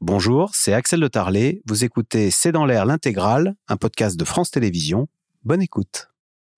Bonjour, c'est Axel de Tarlet. Vous écoutez C'est dans l'air l'intégrale, un podcast de France Télévisions. Bonne écoute.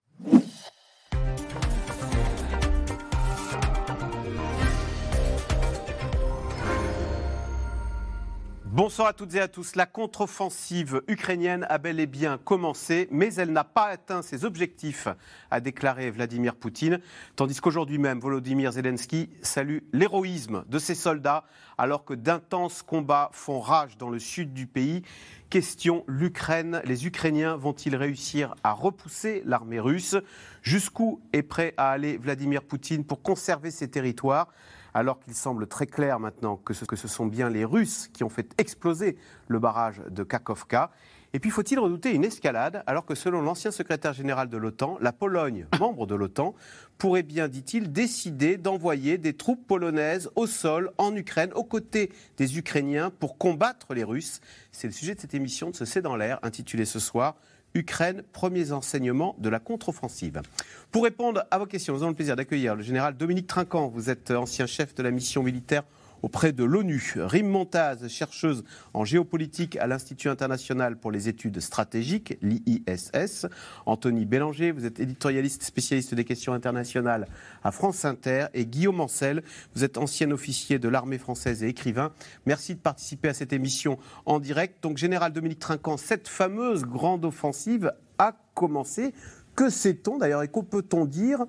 Bonsoir à toutes et à tous. La contre-offensive ukrainienne a bel et bien commencé, mais elle n'a pas atteint ses objectifs, a déclaré Vladimir Poutine. Tandis qu'aujourd'hui même, Volodymyr Zelensky salue l'héroïsme de ses soldats, alors que d'intenses combats font rage dans le sud du pays. Question, l'Ukraine, les Ukrainiens vont-ils réussir à repousser l'armée russe ? Jusqu'où est prêt à aller Vladimir Poutine pour conserver ses territoires ? Alors qu'il semble très clair maintenant que ce sont bien les Russes qui ont fait exploser le barrage de Kakhovka. Et puis, faut-il redouter une escalade, alors que selon l'ancien secrétaire général de l'OTAN, la Pologne, membre de l'OTAN, pourrait bien, dit-il, décider d'envoyer des troupes polonaises au sol en Ukraine, aux côtés des Ukrainiens, pour combattre les Russes. C'est le sujet de cette émission de ce C'est dans l'air, intitulée ce soir Ukraine, premiers enseignements de la contre-offensive. Pour répondre à vos questions, nous avons le plaisir d'accueillir le général Dominique Trinquant. Vous êtes ancien chef de la mission militaire auprès de l'ONU. Rim Montaz, chercheuse en géopolitique à l'Institut international pour les études stratégiques, l'IISS. Anthony Bélanger, vous êtes éditorialiste spécialiste des questions internationales à France Inter. Et Guillaume Ancel, vous êtes ancien officier de l'armée française et écrivain. Merci de participer à cette émission en direct. Donc, général Dominique Trinquant, cette fameuse grande offensive a commencé. Que sait-on d'ailleurs et que peut-on dire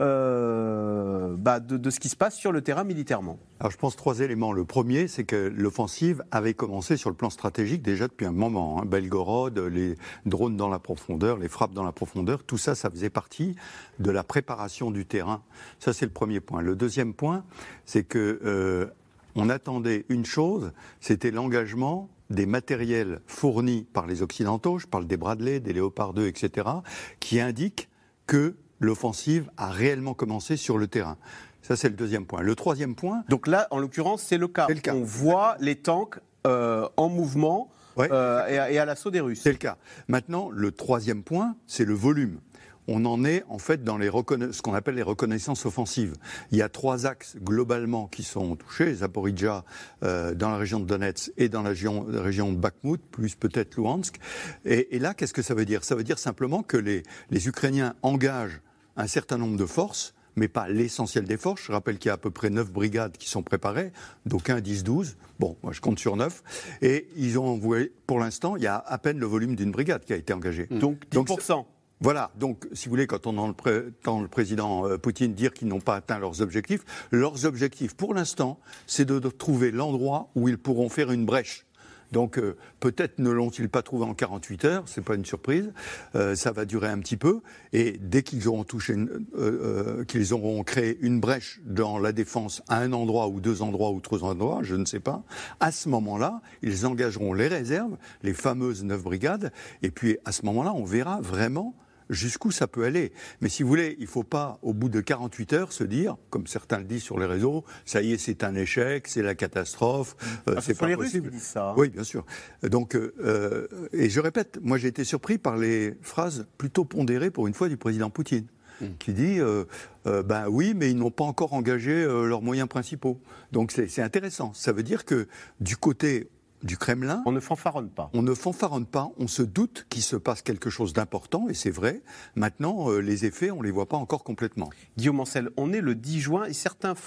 de ce qui se passe sur le terrain militairement ? Alors je pense 3 éléments. Le premier, c'est que l'offensive avait commencé sur le plan stratégique déjà depuis un moment. Belgorod, les drones dans la profondeur, les frappes dans la profondeur, tout ça, ça faisait partie de la préparation du terrain. Ça, c'est le premier point. Le deuxième point, c'est que on attendait une chose, c'était l'engagement des matériels fournis par les Occidentaux, je parle des Bradley, des Léopard 2, etc., qui indiquent que l'offensive a réellement commencé sur le terrain. Ça, c'est le deuxième point. Le troisième point... Donc là, en l'occurrence, c'est le cas. On voit les tanks en mouvement et à l'assaut des Russes. C'est le cas. Maintenant, le troisième point, c'est le volume. On en est en fait dans ce qu'on appelle les reconnaissances offensives. Il y a 3 axes globalement qui sont touchés, Zaporijjia dans la région de Donetsk et dans la région de Bakhmout, plus peut-être Luhansk. Et là, qu'est-ce que ça veut dire ? Ça veut dire simplement que les Ukrainiens engagent un certain nombre de forces, mais pas l'essentiel des forces. Je rappelle qu'il y a à peu près 9 brigades qui sont préparées, d'aucuns 10-12. Bon, moi je compte sur 9. Et ils ont envoyé, pour l'instant, il y a à peine le volume d'une brigade qui a été engagée. Donc 10%. Voilà, donc si vous voulez, quand on entend le président Poutine dire qu'ils n'ont pas atteint leurs objectifs pour l'instant, c'est de trouver l'endroit où ils pourront faire une brèche. Donc peut-être ne l'ont-ils pas trouvé en 48 heures, c'est pas une surprise, ça va durer un petit peu, et dès qu'ils auront qu'ils auront créé une brèche dans la défense à un endroit ou 2 endroits ou 3 endroits, je ne sais pas, à ce moment-là, ils engageront les réserves, les fameuses 9 brigades, et puis à ce moment-là, on verra vraiment jusqu'où ça peut aller. Mais si vous voulez, il ne faut pas, au bout de 48 heures, se dire, comme certains le disent sur les réseaux, ça y est, c'est un échec, c'est la catastrophe, c'est pas les possible. Russes qui disent ça. Oui, bien sûr. Donc, et je répète, moi j'ai été surpris par les phrases plutôt pondérées pour une fois du président Poutine, qui dit, oui, mais ils n'ont pas encore engagé leurs moyens principaux. Donc c'est intéressant. Ça veut dire que du côté du Kremlin, on ne fanfaronne pas. On ne fanfaronne pas, on se doute qu'il se passe quelque chose d'important, et c'est vrai. Maintenant, les effets, on ne les voit pas encore complètement. Guillaume Ancel, on est le 10 juin, et certains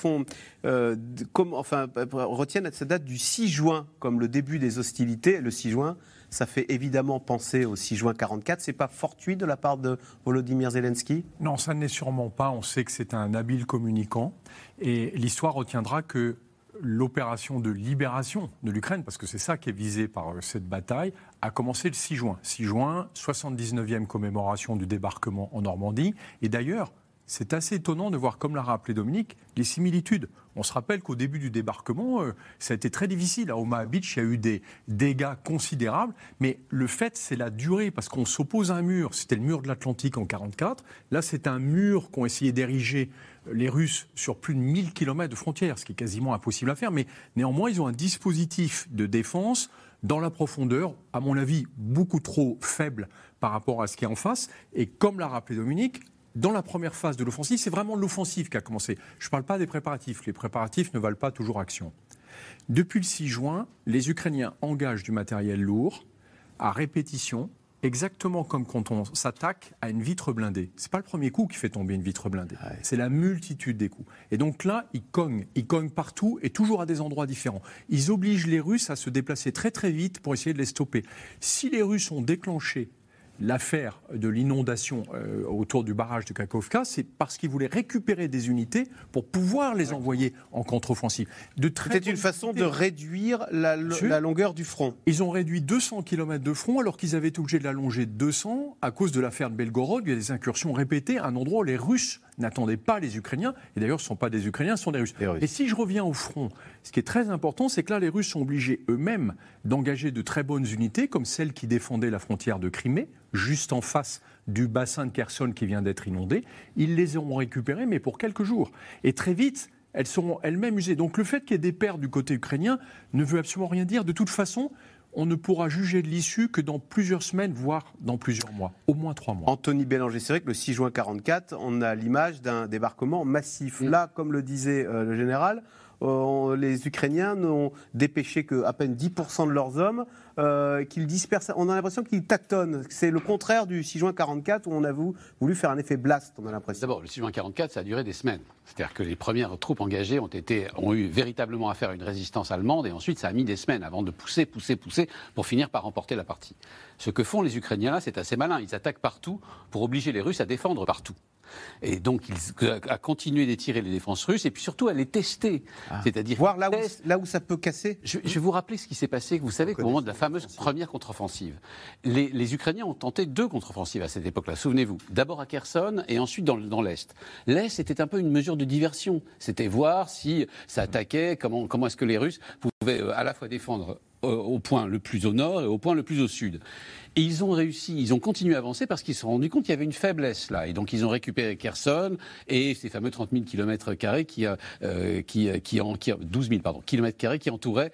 retiennent cette date du 6 juin comme le début des hostilités. Le 6 juin, ça fait évidemment penser au 6 juin 1944. C'est pas fortuit de la part de Volodymyr Zelensky ? Non, ça ne l'est sûrement pas. On sait que c'est un habile communicant, et l'histoire retiendra que l'opération de libération de l'Ukraine, parce que c'est ça qui est visé par cette bataille, a commencé le 6 juin. 6 juin, 79e commémoration du débarquement en Normandie. Et d'ailleurs, c'est assez étonnant de voir, comme l'a rappelé Dominique, les similitudes. On se rappelle qu'au début du débarquement, ça a été très difficile. À Omaha Beach, il y a eu des dégâts considérables, mais le fait, c'est la durée, parce qu'on s'oppose à un mur. C'était le mur de l'Atlantique en 1944. Là, c'est un mur qu'ont essayé d'ériger les Russes sur plus de 1000 km de frontières, ce qui est quasiment impossible à faire. Mais néanmoins, ils ont un dispositif de défense dans la profondeur, à mon avis, beaucoup trop faible par rapport à ce qui est en face. Et comme l'a rappelé Dominique, dans la première phase de l'offensive, c'est vraiment l'offensive qui a commencé. Je ne parle pas des préparatifs. Les préparatifs ne valent pas toujours action. Depuis le 6 juin, les Ukrainiens engagent du matériel lourd à répétition, exactement comme quand on s'attaque à une vitre blindée. Ce n'est pas le premier coup qui fait tomber une vitre blindée, c'est la multitude des coups. Et donc là, ils cognent partout et toujours à des endroits différents. Ils obligent les Russes à se déplacer très très vite pour essayer de les stopper. Si les Russes ont déclenché l'affaire de l'inondation autour du barrage de Kakhovka, c'est parce qu'ils voulaient récupérer des unités pour pouvoir les envoyer en contre-offensive. C'était une façon de réduire la longueur du front. Ils ont réduit 200 km de front alors qu'ils avaient été obligés de l'allonger de 200 à cause de l'affaire de Belgorod. Il y a des incursions répétées à un endroit où les Russes n'attendaient pas les Ukrainiens. Et d'ailleurs, ce ne sont pas des Ukrainiens, ce sont des Russes. Et si je reviens au front, ce qui est très important, c'est que là, les Russes sont obligés eux-mêmes d'engager de très bonnes unités, comme celles qui défendaient la frontière de Crimée, juste en face du bassin de Kherson qui vient d'être inondé. Ils les ont récupérées, mais pour quelques jours. Et très vite, elles seront elles-mêmes usées. Donc le fait qu'il y ait des pertes du côté ukrainien ne veut absolument rien dire. De toute façon, on ne pourra juger de l'issue que dans plusieurs semaines, voire dans plusieurs mois, au moins 3 mois. Anthony Bélanger, c'est vrai que le 6 juin 1944, on a l'image d'un débarquement massif. Là, comme le disait le général, les Ukrainiens n'ont dépêché qu'à peine 10% de leurs hommes, qu'ils dispersent. On a l'impression qu'ils tâtonnent. C'est le contraire du 6 juin 1944 où on a voulu faire un effet blast, on a l'impression. D'abord, le 6 juin 1944, ça a duré des semaines. C'est-à-dire que les premières troupes engagées ont eu véritablement affaire à une résistance allemande et ensuite ça a mis des semaines avant de pousser pour finir par remporter la partie. Ce que font les Ukrainiens là, c'est assez malin. Ils attaquent partout pour obliger les Russes à défendre partout. Et donc, à continuer d'étirer les défenses russes et puis surtout à les tester. C'est-à-dire voir là où ça peut casser. Je vais vous rappeler ce qui s'est passé. Vous savez qu'au moment de la fameuse première contre-offensive, les Ukrainiens ont tenté 2 contre-offensives à cette époque-là. Souvenez-vous. D'abord à Kherson et ensuite dans l'Est. L'Est, c'était un peu une mesure de diversion. C'était voir si ça attaquait, comment est-ce que les Russes pouvaient à la fois défendre au point le plus au nord et au point le plus au sud. Et ils ont réussi, ils ont continué à avancer parce qu'ils se sont rendus compte qu'il y avait une faiblesse là. Et donc ils ont récupéré Kherson et ces fameux 30 000 km² qui 12 000 km² qui entouraient,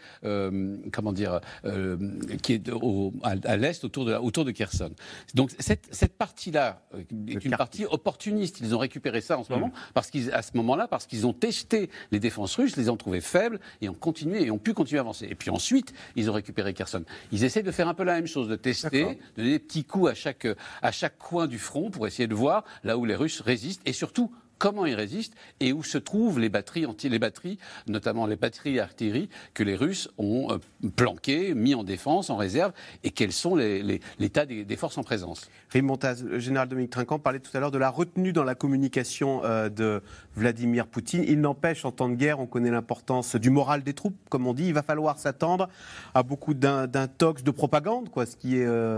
qui est à l'est autour de Kherson. Donc cette partie-là est une partie opportuniste. Ils ont récupéré ça en ce moment parce qu'ils ont testé les défenses russes, les ont trouvées faibles et ont pu continuer à avancer. Et puis ensuite, ils ont récupéré Kherson. Ils essaient de faire un peu la même chose, de tester, de donner des petits coups à chaque coin du front pour essayer de voir là où les Russes résistent et surtout comment ils résistent et où se trouvent les batteries, notamment les batteries artillerie que les Russes ont planquées, mis en défense, en réserve, et quels sont l'état des forces en présence. Raymond Montaz, le général Dominique Trinquant parlait tout à l'heure de la retenue dans la communication de Vladimir Poutine. Il n'empêche, en temps de guerre, on connaît l'importance du moral des troupes, comme on dit. Il va falloir s'attendre à beaucoup d'intox de propagande, ce qui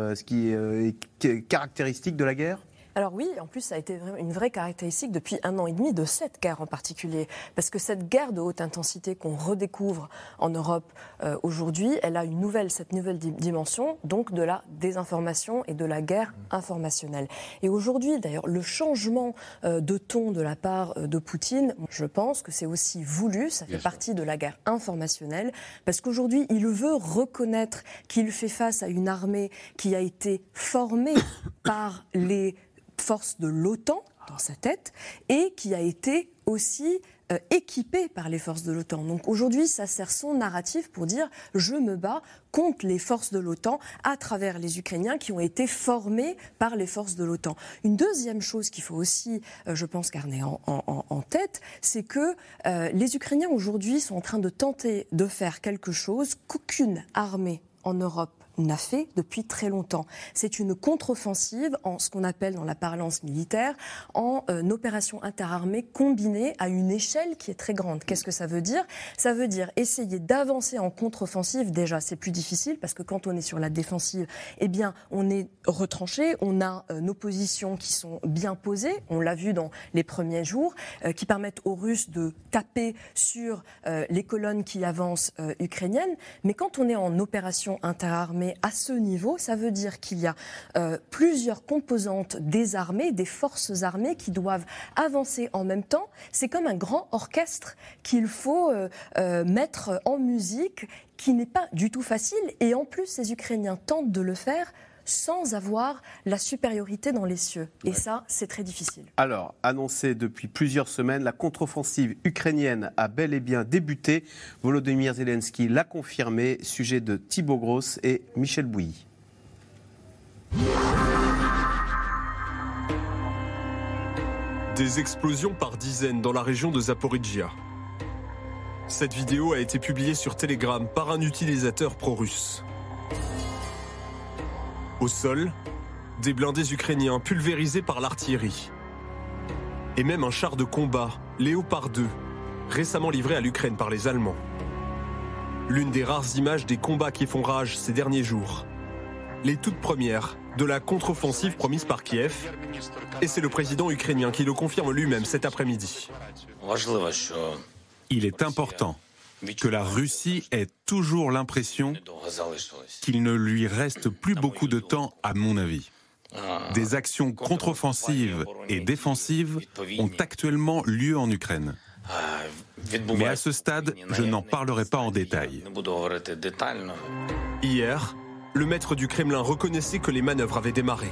est caractéristique de la guerre. Alors oui, en plus, ça a été une vraie caractéristique depuis 1 an et demi de cette guerre en particulier. Parce que cette guerre de haute intensité qu'on redécouvre en Europe aujourd'hui, elle a cette nouvelle dimension, donc de la désinformation et de la guerre informationnelle. Et aujourd'hui, d'ailleurs, le changement de ton de la part de Poutine, je pense que c'est aussi voulu, ça fait partie de la guerre informationnelle, parce qu'aujourd'hui, il veut reconnaître qu'il fait face à une armée qui a été formée par les force de l'OTAN dans sa tête et qui a été aussi équipée par les forces de l'OTAN. Donc aujourd'hui, ça sert son narratif pour dire « je me bats contre les forces de l'OTAN à travers les Ukrainiens qui ont été formés par les forces de l'OTAN ». Une deuxième chose qu'il faut aussi, je pense, garder en tête, c'est que les Ukrainiens aujourd'hui sont en train de tenter de faire quelque chose qu'aucune armée en Europe n'a fait depuis très longtemps. C'est une contre-offensive en ce qu'on appelle dans la parlance militaire en opération interarmée combinée à une échelle qui est très grande. Qu'est-ce que ça veut dire ? Ça veut dire essayer d'avancer en contre-offensive. Déjà, c'est plus difficile parce que quand on est sur la défensive, eh bien, on est retranché, on a nos positions qui sont bien posées, on l'a vu dans les premiers jours, qui permettent aux Russes de taper sur les colonnes qui avancent ukrainiennes. Mais quand on est en opération interarmée à ce niveau, ça veut dire qu'il y a plusieurs composantes des armées, des forces armées qui doivent avancer en même temps. C'est comme un grand orchestre qu'il faut mettre en musique, qui n'est pas du tout facile. Et en plus, les Ukrainiens tentent de le faire sans avoir la supériorité dans les cieux. Et ça, c'est très difficile. Alors, annoncé depuis plusieurs semaines, la contre-offensive ukrainienne a bel et bien débuté. Volodymyr Zelensky l'a confirmé. Sujet de Thibaut Gross et Michel Bouilly. Des explosions par dizaines dans la région de Zaporijjia. Cette vidéo a été publiée sur Telegram par un utilisateur pro-russe. Au sol, des blindés ukrainiens pulvérisés par l'artillerie. Et même un char de combat, Léopard 2, récemment livré à l'Ukraine par les Allemands. L'une des rares images des combats qui font rage ces derniers jours. Les toutes premières de la contre-offensive promise par Kiev. Et c'est le président ukrainien qui le confirme lui-même cet après-midi. Il est important que la Russie ait toujours l'impression qu'il ne lui reste plus beaucoup de temps, à mon avis. Des actions contre-offensives et défensives ont actuellement lieu en Ukraine. Mais à ce stade, je n'en parlerai pas en détail. Hier, le maître du Kremlin reconnaissait que les manœuvres avaient démarré.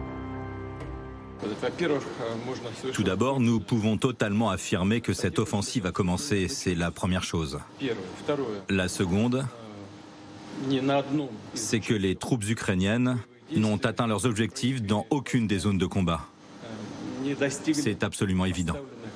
Tout d'abord, nous pouvons totalement affirmer que cette offensive a commencé, c'est la première chose. La seconde, c'est que les troupes ukrainiennes n'ont atteint leurs objectifs dans aucune des zones de combat. C'est absolument évident.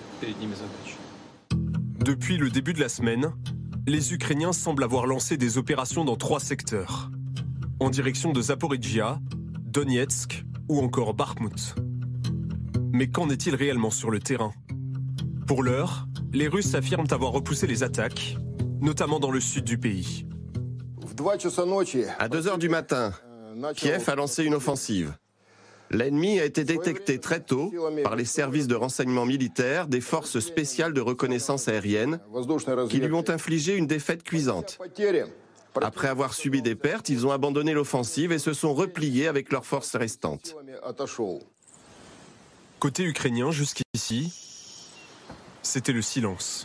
Depuis le début de la semaine, les Ukrainiens semblent avoir lancé des opérations dans 3 secteurs, en direction de Zaporijjia, Donetsk ou encore Bakhmut. Mais qu'en est-il réellement sur le terrain? Pour l'heure, les Russes affirment avoir repoussé les attaques, notamment dans le sud du pays. À 2h du matin, Kiev a lancé une offensive. L'ennemi a été détecté très tôt par les services de renseignement militaire des forces spéciales de reconnaissance aérienne qui lui ont infligé une défaite cuisante. Après avoir subi des pertes, ils ont abandonné l'offensive et se sont repliés avec leurs forces restantes. Côté ukrainien, jusqu'ici, c'était le silence.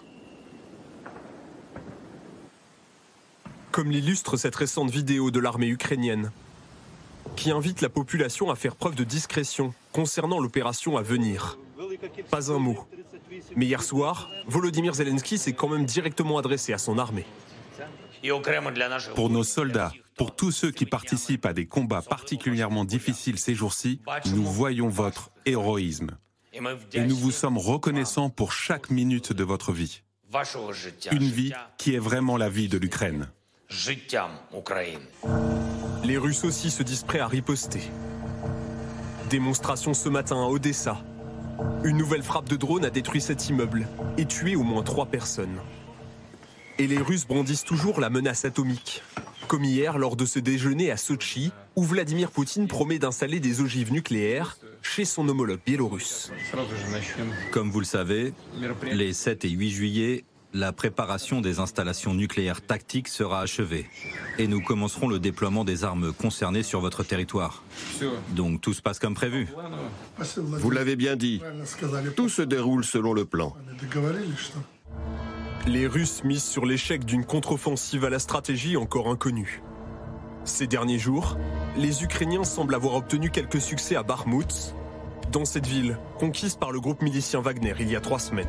Comme l'illustre cette récente vidéo de l'armée ukrainienne, qui invite la population à faire preuve de discrétion concernant l'opération à venir. Pas un mot. Mais hier soir, Volodymyr Zelensky s'est quand même directement adressé à son armée. Pour nos soldats, pour tous ceux qui participent à des combats particulièrement difficiles ces jours-ci, nous voyons votre héroïsme. Et nous vous sommes reconnaissants pour chaque minute de votre vie. Une vie qui est vraiment la vie de l'Ukraine. Les Russes aussi se disent prêts à riposter. Démonstration ce matin à Odessa. Une nouvelle frappe de drone a détruit cet immeuble et tué au moins 3 personnes. Et les Russes brandissent toujours la menace atomique. Comme hier lors de ce déjeuner à Sotchi, où Vladimir Poutine promet d'installer des ogives nucléaires chez son homologue biélorusse. Comme vous le savez, les 7 et 8 juillet, la préparation des installations nucléaires tactiques sera achevée. Et nous commencerons le déploiement des armes concernées sur votre territoire. Donc tout se passe comme prévu. Vous l'avez bien dit, tout se déroule selon le plan. Les Russes misent sur l'échec d'une contre-offensive à la stratégie encore inconnue. Ces derniers jours, les Ukrainiens semblent avoir obtenu quelques succès à Bakhmut, dans cette ville conquise par le groupe milicien Wagner il y a 3 semaines.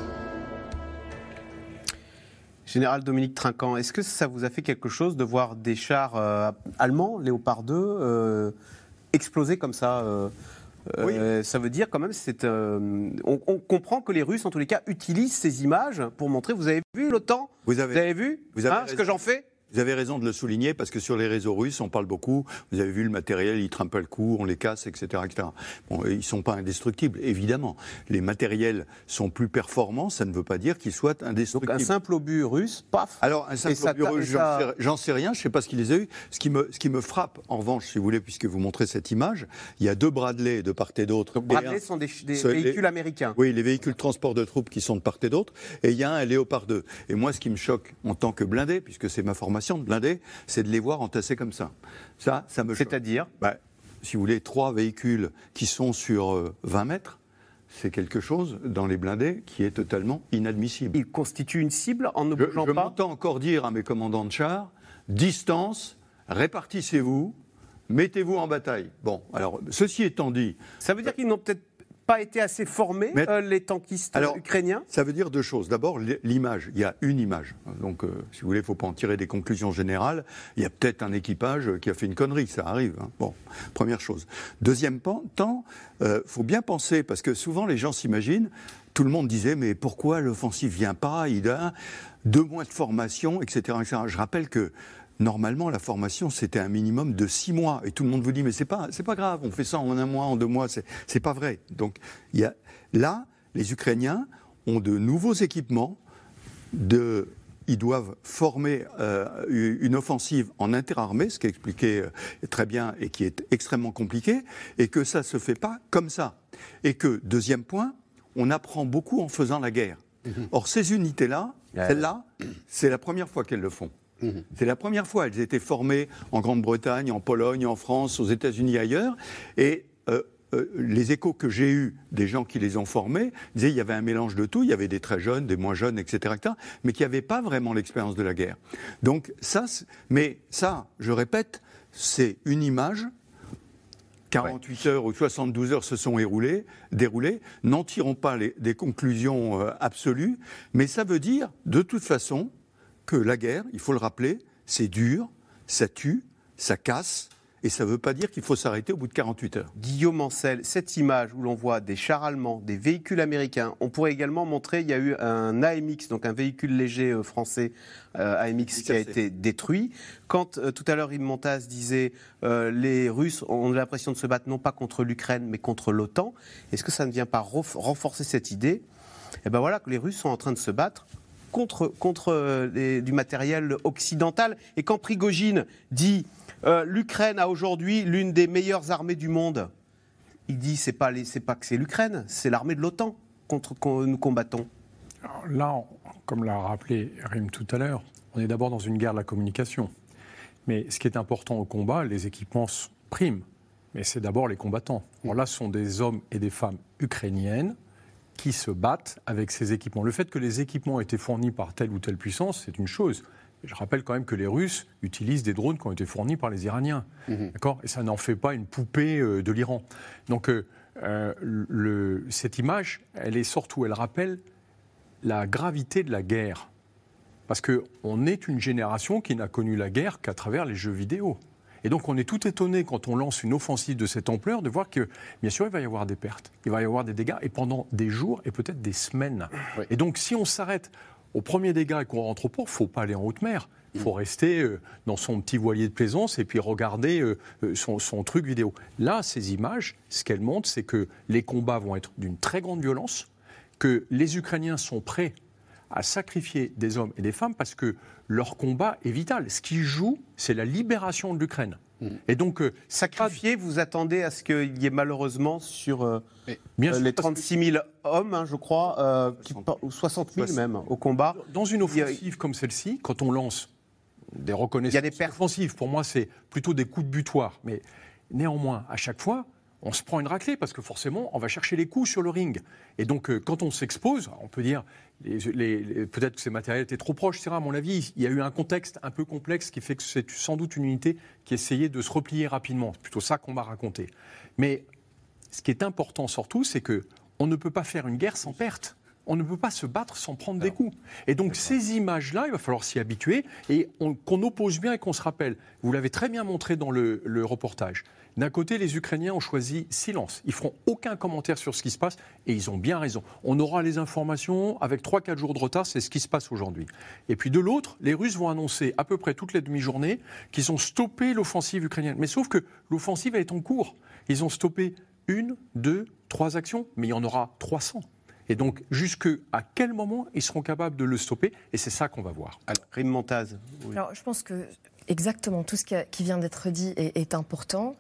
Général Dominique Trinquant, est-ce que ça vous a fait quelque chose de voir des chars allemands, Léopard 2, exploser comme ça Oui. Ça veut dire quand même, on comprend que les Russes, en tous les cas, utilisent ces images pour montrer, vous avez vu l'OTAN, vous avez vu ce que j'en fais. Vous avez raison de le souligner parce que sur les réseaux russes, on parle beaucoup. Vous avez vu le matériel, ils trimpent le coup, on les casse, etc., etc. Bon, ils ne sont pas indestructibles, évidemment. Les matériels sont plus performants, ça ne veut pas dire qu'ils soient indestructibles. Donc un simple obus russe, paf. Alors un simple obus russe, j'en sais rien, je ne sais pas ce qu'il les a eu. Ce qui me frappe, en revanche, si vous voulez, puisque vous montrez cette image, il y a 2 Bradley de part et d'autre. Donc Bradley sont des véhicules américains. Oui, les véhicules transport de troupes qui sont de part et d'autre. Et il y a un Léopard 2. Et moi, ce qui me choque en tant que blindé, puisque c'est ma formation de blindé, c'est de les voir entassés comme ça. Ça me choque. C'est-à-dire si vous voulez, 3 véhicules qui sont sur 20 mètres, c'est quelque chose, dans les blindés, qui est totalement inadmissible. Ils constituent une cible en ne bougeant pas. Je m'entends encore dire à mes commandants de chars, distance, répartissez-vous, mettez-vous en bataille. Bon, alors, ceci étant dit... Ça veut dire qu'ils n'ont peut-être pas été assez formés, les tankistes ukrainiens? Ça veut dire deux choses. D'abord, l'image. Il y a une image. Donc, si vous voulez, il ne faut pas en tirer des conclusions générales. Il y a peut-être un équipage qui a fait une connerie. Ça arrive. Hein. Bon, première chose. Deuxième temps, faut bien penser, parce que souvent, les gens s'imaginent, tout le monde disait, mais pourquoi l'offensive ne vient pas? Il a 2 mois de formation, etc., etc. Je rappelle que normalement, la formation, c'était un minimum de 6 mois. Et tout le monde vous dit, mais c'est pas grave, on fait ça en 1 mois, en 2 mois, c'est pas vrai. Donc, là, les Ukrainiens ont de nouveaux équipements, ils doivent former une offensive en interarmée, ce qui est expliqué très bien et qui est extrêmement compliqué, et que ça ne se fait pas comme ça. Et que, deuxième point, on apprend beaucoup en faisant la guerre. Or, ces unités-là, celles-là, c'est la première fois qu'elles le font. C'est la première fois. Elles étaient formées en Grande-Bretagne, en Pologne, en France, aux États-Unis, ailleurs. Et les échos que j'ai eus des gens qui les ont formés disaient qu'il y avait un mélange de tout. Il y avait des très jeunes, des moins jeunes, etc. mais qui n'avaient pas vraiment l'expérience de la guerre. Donc mais ça, je répète, c'est une image. 48 heures ou 72 heures se sont déroulées. N'en tirons pas des conclusions absolues. Mais ça veut dire, de toute façon, que la guerre, il faut le rappeler, c'est dur, ça tue, ça casse, et ça ne veut pas dire qu'il faut s'arrêter au bout de 48 heures. Guillaume Ancel, cette image où l'on voit des chars allemands, des véhicules américains, on pourrait également montrer, il y a eu un AMX, donc un véhicule léger français, AMX qui a été détruit. Quand tout à l'heure Yves Montaz disait les Russes ont l'impression de se battre non pas contre l'Ukraine, mais contre l'OTAN, est-ce que ça ne vient pas renforcer cette idée? Eh bien voilà, que les Russes sont en train de se battre contre du matériel occidental. Et quand Prigojine dit l'Ukraine a aujourd'hui l'une des meilleures armées du monde, il dit c'est pas que c'est l'Ukraine, c'est l'armée de l'OTAN contre nous combattons. Alors là, comme l'a rappelé Rim tout à l'heure, on est d'abord dans une guerre de la communication. Mais ce qui est important au combat, les équipements priment, mais c'est d'abord les combattants. Alors là, ce sont des hommes et des femmes ukrainiennes qui se battent avec ces équipements. Le fait que les équipements aient été fournis par telle ou telle puissance, c'est une chose. Je rappelle quand même que les Russes utilisent des drones qui ont été fournis par les Iraniens. D'accord ? Et ça n'en fait pas une poupée de l'Iran. Donc cette image, elle rappelle la gravité de la guerre. Parce qu'on est une génération qui n'a connu la guerre qu'à travers les jeux vidéo. Et donc on est tout étonné quand on lance une offensive de cette ampleur de voir que, bien sûr, il va y avoir des pertes, il va y avoir des dégâts, et pendant des jours et peut-être des semaines. Oui. Et donc si on s'arrête au premier dégât et qu'on rentre au port, il ne faut pas aller en haute mer. Il faut rester dans son petit voilier de plaisance et puis regarder son truc vidéo. Là, ces images, ce qu'elles montrent, c'est que les combats vont être d'une très grande violence, que les Ukrainiens sont prêts à sacrifier des hommes et des femmes parce que leur combat est vital. Ce qui joue, c'est la libération de l'Ukraine. Et donc, sacrifier, vous attendez à ce qu'il y ait malheureusement sur les 36 000 hommes, je crois, ou 60 000 même, au combat. Dans une offensive comme celle-ci, quand on lance des reconnaissances offensives, pour moi, c'est plutôt des coups de butoir. Mais néanmoins, à chaque fois, on se prend une raclée parce que forcément, on va chercher les coups sur le ring. Et donc, quand on s'expose, on peut dire, peut-être que ces matériels étaient trop proches, etc. À mon avis, il y a eu un contexte un peu complexe qui fait que c'est sans doute une unité qui essayait de se replier rapidement. C'est plutôt ça qu'on m'a raconté. Mais ce qui est important surtout, c'est qu'on ne peut pas faire une guerre sans perte. On ne peut pas se battre sans prendre des coups. Et donc ces images-là, il va falloir s'y habituer et qu'on oppose bien et qu'on se rappelle. Vous l'avez très bien montré dans le reportage. D'un côté, les Ukrainiens ont choisi silence. Ils ne feront aucun commentaire sur ce qui se passe et ils ont bien raison. On aura les informations avec 3-4 jours de retard, c'est ce qui se passe aujourd'hui. Et puis de l'autre, les Russes vont annoncer à peu près toutes les demi-journées qu'ils ont stoppé l'offensive ukrainienne. Mais sauf que l'offensive est en cours. Ils ont stoppé 1, 2, 3 actions, mais il y en aura 300. Et donc, jusqu'à quel moment ils seront capables de le stopper? Et c'est ça qu'on va voir. Alors, Rim Montaz. Oui. Alors, je pense que exactement tout ce qui vient d'être dit est important.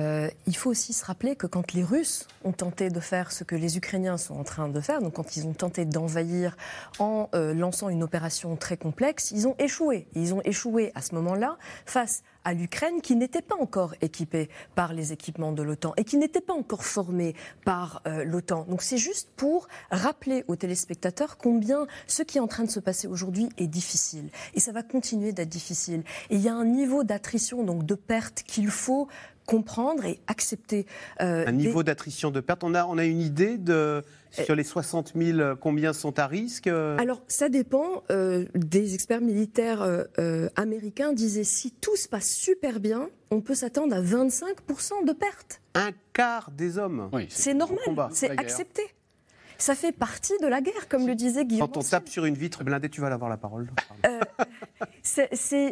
Il faut aussi se rappeler que quand les Russes ont tenté de faire ce que les Ukrainiens sont en train de faire, donc quand ils ont tenté d'envahir en lançant une opération très complexe, ils ont échoué. Et ils ont échoué à ce moment-là face à l'Ukraine qui n'étaient pas encore équipés par les équipements de l'OTAN et qui n'étaient pas encore formés par l'OTAN. Donc c'est juste pour rappeler aux téléspectateurs combien ce qui est en train de se passer aujourd'hui est difficile. Et ça va continuer d'être difficile. Et il y a un niveau d'attrition, donc de perte, qu'il faut comprendre et accepter. Un niveau d'attrition de perte. On a une idée sur les 60 000, combien sont à risque Alors, ça dépend. Des experts militaires américains disaient si tout se passe super bien, on peut s'attendre à 25% de pertes. Un quart des hommes. Oui, c'est normal, c'est accepté. Ça fait partie de la guerre, comme le disait Guillaume. Quand on tape sur une vitre blindée, tu vas avoir la parole. Ça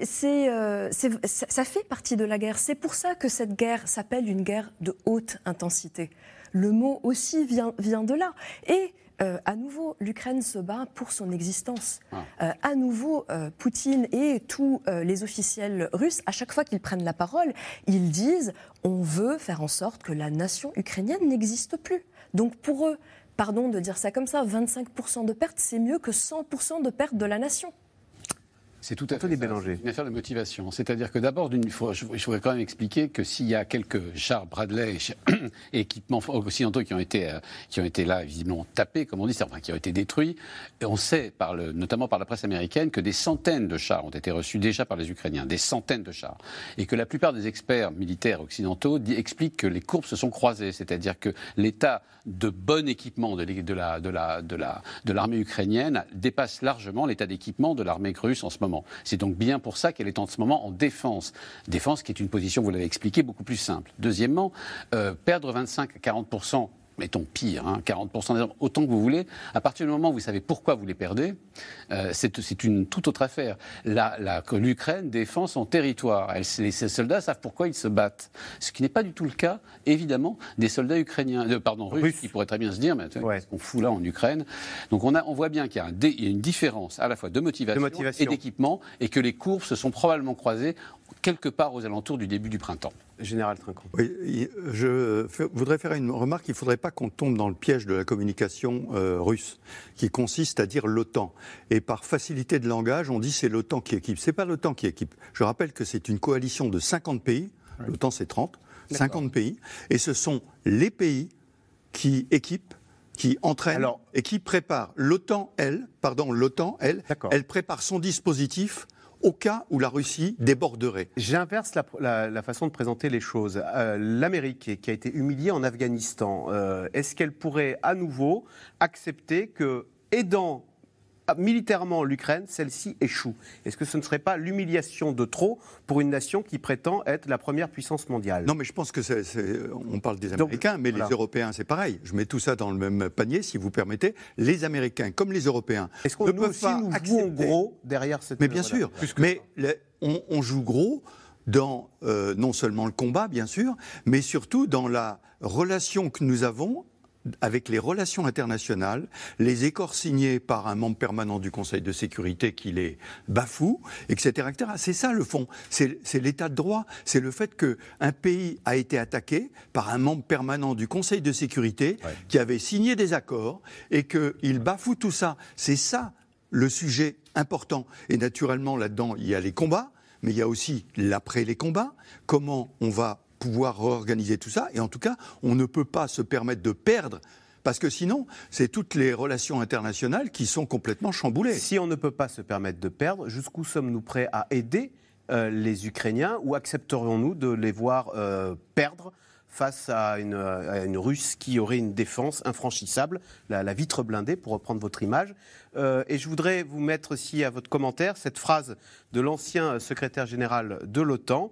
fait partie de la guerre. C'est pour ça que cette guerre s'appelle une guerre de haute intensité. Le mot aussi vient de là. Et à nouveau, l'Ukraine se bat pour son existence. À nouveau, Poutine et tous les officiels russes, à chaque fois qu'ils prennent la parole, ils disent « on veut faire en sorte que la nation ukrainienne n'existe plus ». Donc pour eux, pardon de dire ça comme ça, 25% de pertes, c'est mieux que 100% de pertes de la nation. C'est tout à fait une affaire de motivation. C'est-à-dire que d'abord, je voudrais quand même expliquer que s'il y a quelques chars Bradley et équipements occidentaux qui ont été là, visiblement tapés, comme on dit, enfin qui ont été détruits, et on sait, notamment par la presse américaine, que des centaines de chars ont été reçus déjà par les Ukrainiens, des centaines de chars. Et que la plupart des experts militaires occidentaux expliquent que les courbes se sont croisées. C'est-à-dire que l'état de bon équipement de l'armée ukrainienne dépasse largement l'état d'équipement de l'armée russe en ce moment. C'est donc bien pour ça qu'elle est en ce moment en défense. Défense qui est une position, vous l'avez expliqué, beaucoup plus simple. Deuxièmement, perdre 25 à 40%, mettons pire, 40% des hommes, autant que vous voulez, à partir du moment où vous savez pourquoi vous les perdez, c'est une toute autre affaire. L'Ukraine défend son territoire. Les soldats savent pourquoi ils se battent. Ce qui n'est pas du tout le cas, évidemment, des soldats russes, qui pourraient très bien se dire, mais qu'est-ce qu'on fout là en Ukraine ? Donc on voit bien qu'il y a une différence à la fois de motivation. Et d'équipement, et que les courbes se sont probablement croisées quelque part aux alentours du début du printemps. Général Trinquant. Oui, je voudrais faire une remarque. Il ne faudrait pas qu'on tombe dans le piège de la communication russe, qui consiste à dire l'OTAN. Et par facilité de langage, on dit c'est l'OTAN qui équipe. Ce n'est pas l'OTAN qui équipe. Je rappelle que c'est une coalition de 50 pays. L'OTAN, c'est 30. 50 pays. Et ce sont les pays qui équipent, qui entraînent et qui préparent. L'OTAN, elle, prépare son dispositif au cas où la Russie déborderait. J'inverse la façon de présenter les choses. L'Amérique, qui a été humiliée en Afghanistan, est-ce qu'elle pourrait à nouveau accepter que, aidant militairement l'Ukraine, celle-ci échoue? Est-ce que ce ne serait pas l'humiliation de trop pour une nation qui prétend être la première puissance mondiale? Non, mais je pense que on parle des Américains, mais les Européens, c'est pareil. Je mets tout ça dans le même panier, si vous permettez. Les Américains, comme les Européens, est-ce qu'on nous jouons gros derrière cette... Mais bien sûr, mais on joue gros dans non seulement le combat, bien sûr, mais surtout dans la relation que nous avons avec les relations internationales, les accords signés par un membre permanent du Conseil de sécurité qui les bafoue, etc. etc. C'est ça le fond, c'est l'état de droit, c'est le fait qu'un pays a été attaqué par un membre permanent du Conseil de sécurité qui avait signé des accords et qu'il bafoue tout ça. C'est ça le sujet important. Et naturellement, là-dedans, il y a les combats, mais il y a aussi l'après les combats, comment on va pouvoir réorganiser tout ça. Et en tout cas, on ne peut pas se permettre de perdre, parce que sinon, c'est toutes les relations internationales qui sont complètement chamboulées. Si on ne peut pas se permettre de perdre, jusqu'où sommes-nous prêts à aider les Ukrainiens, ou accepterions-nous de les voir perdre face à une Russe qui aurait une défense infranchissable, la vitre blindée, pour reprendre votre image. Et je voudrais vous mettre aussi à votre commentaire cette phrase de l'ancien secrétaire général de l'OTAN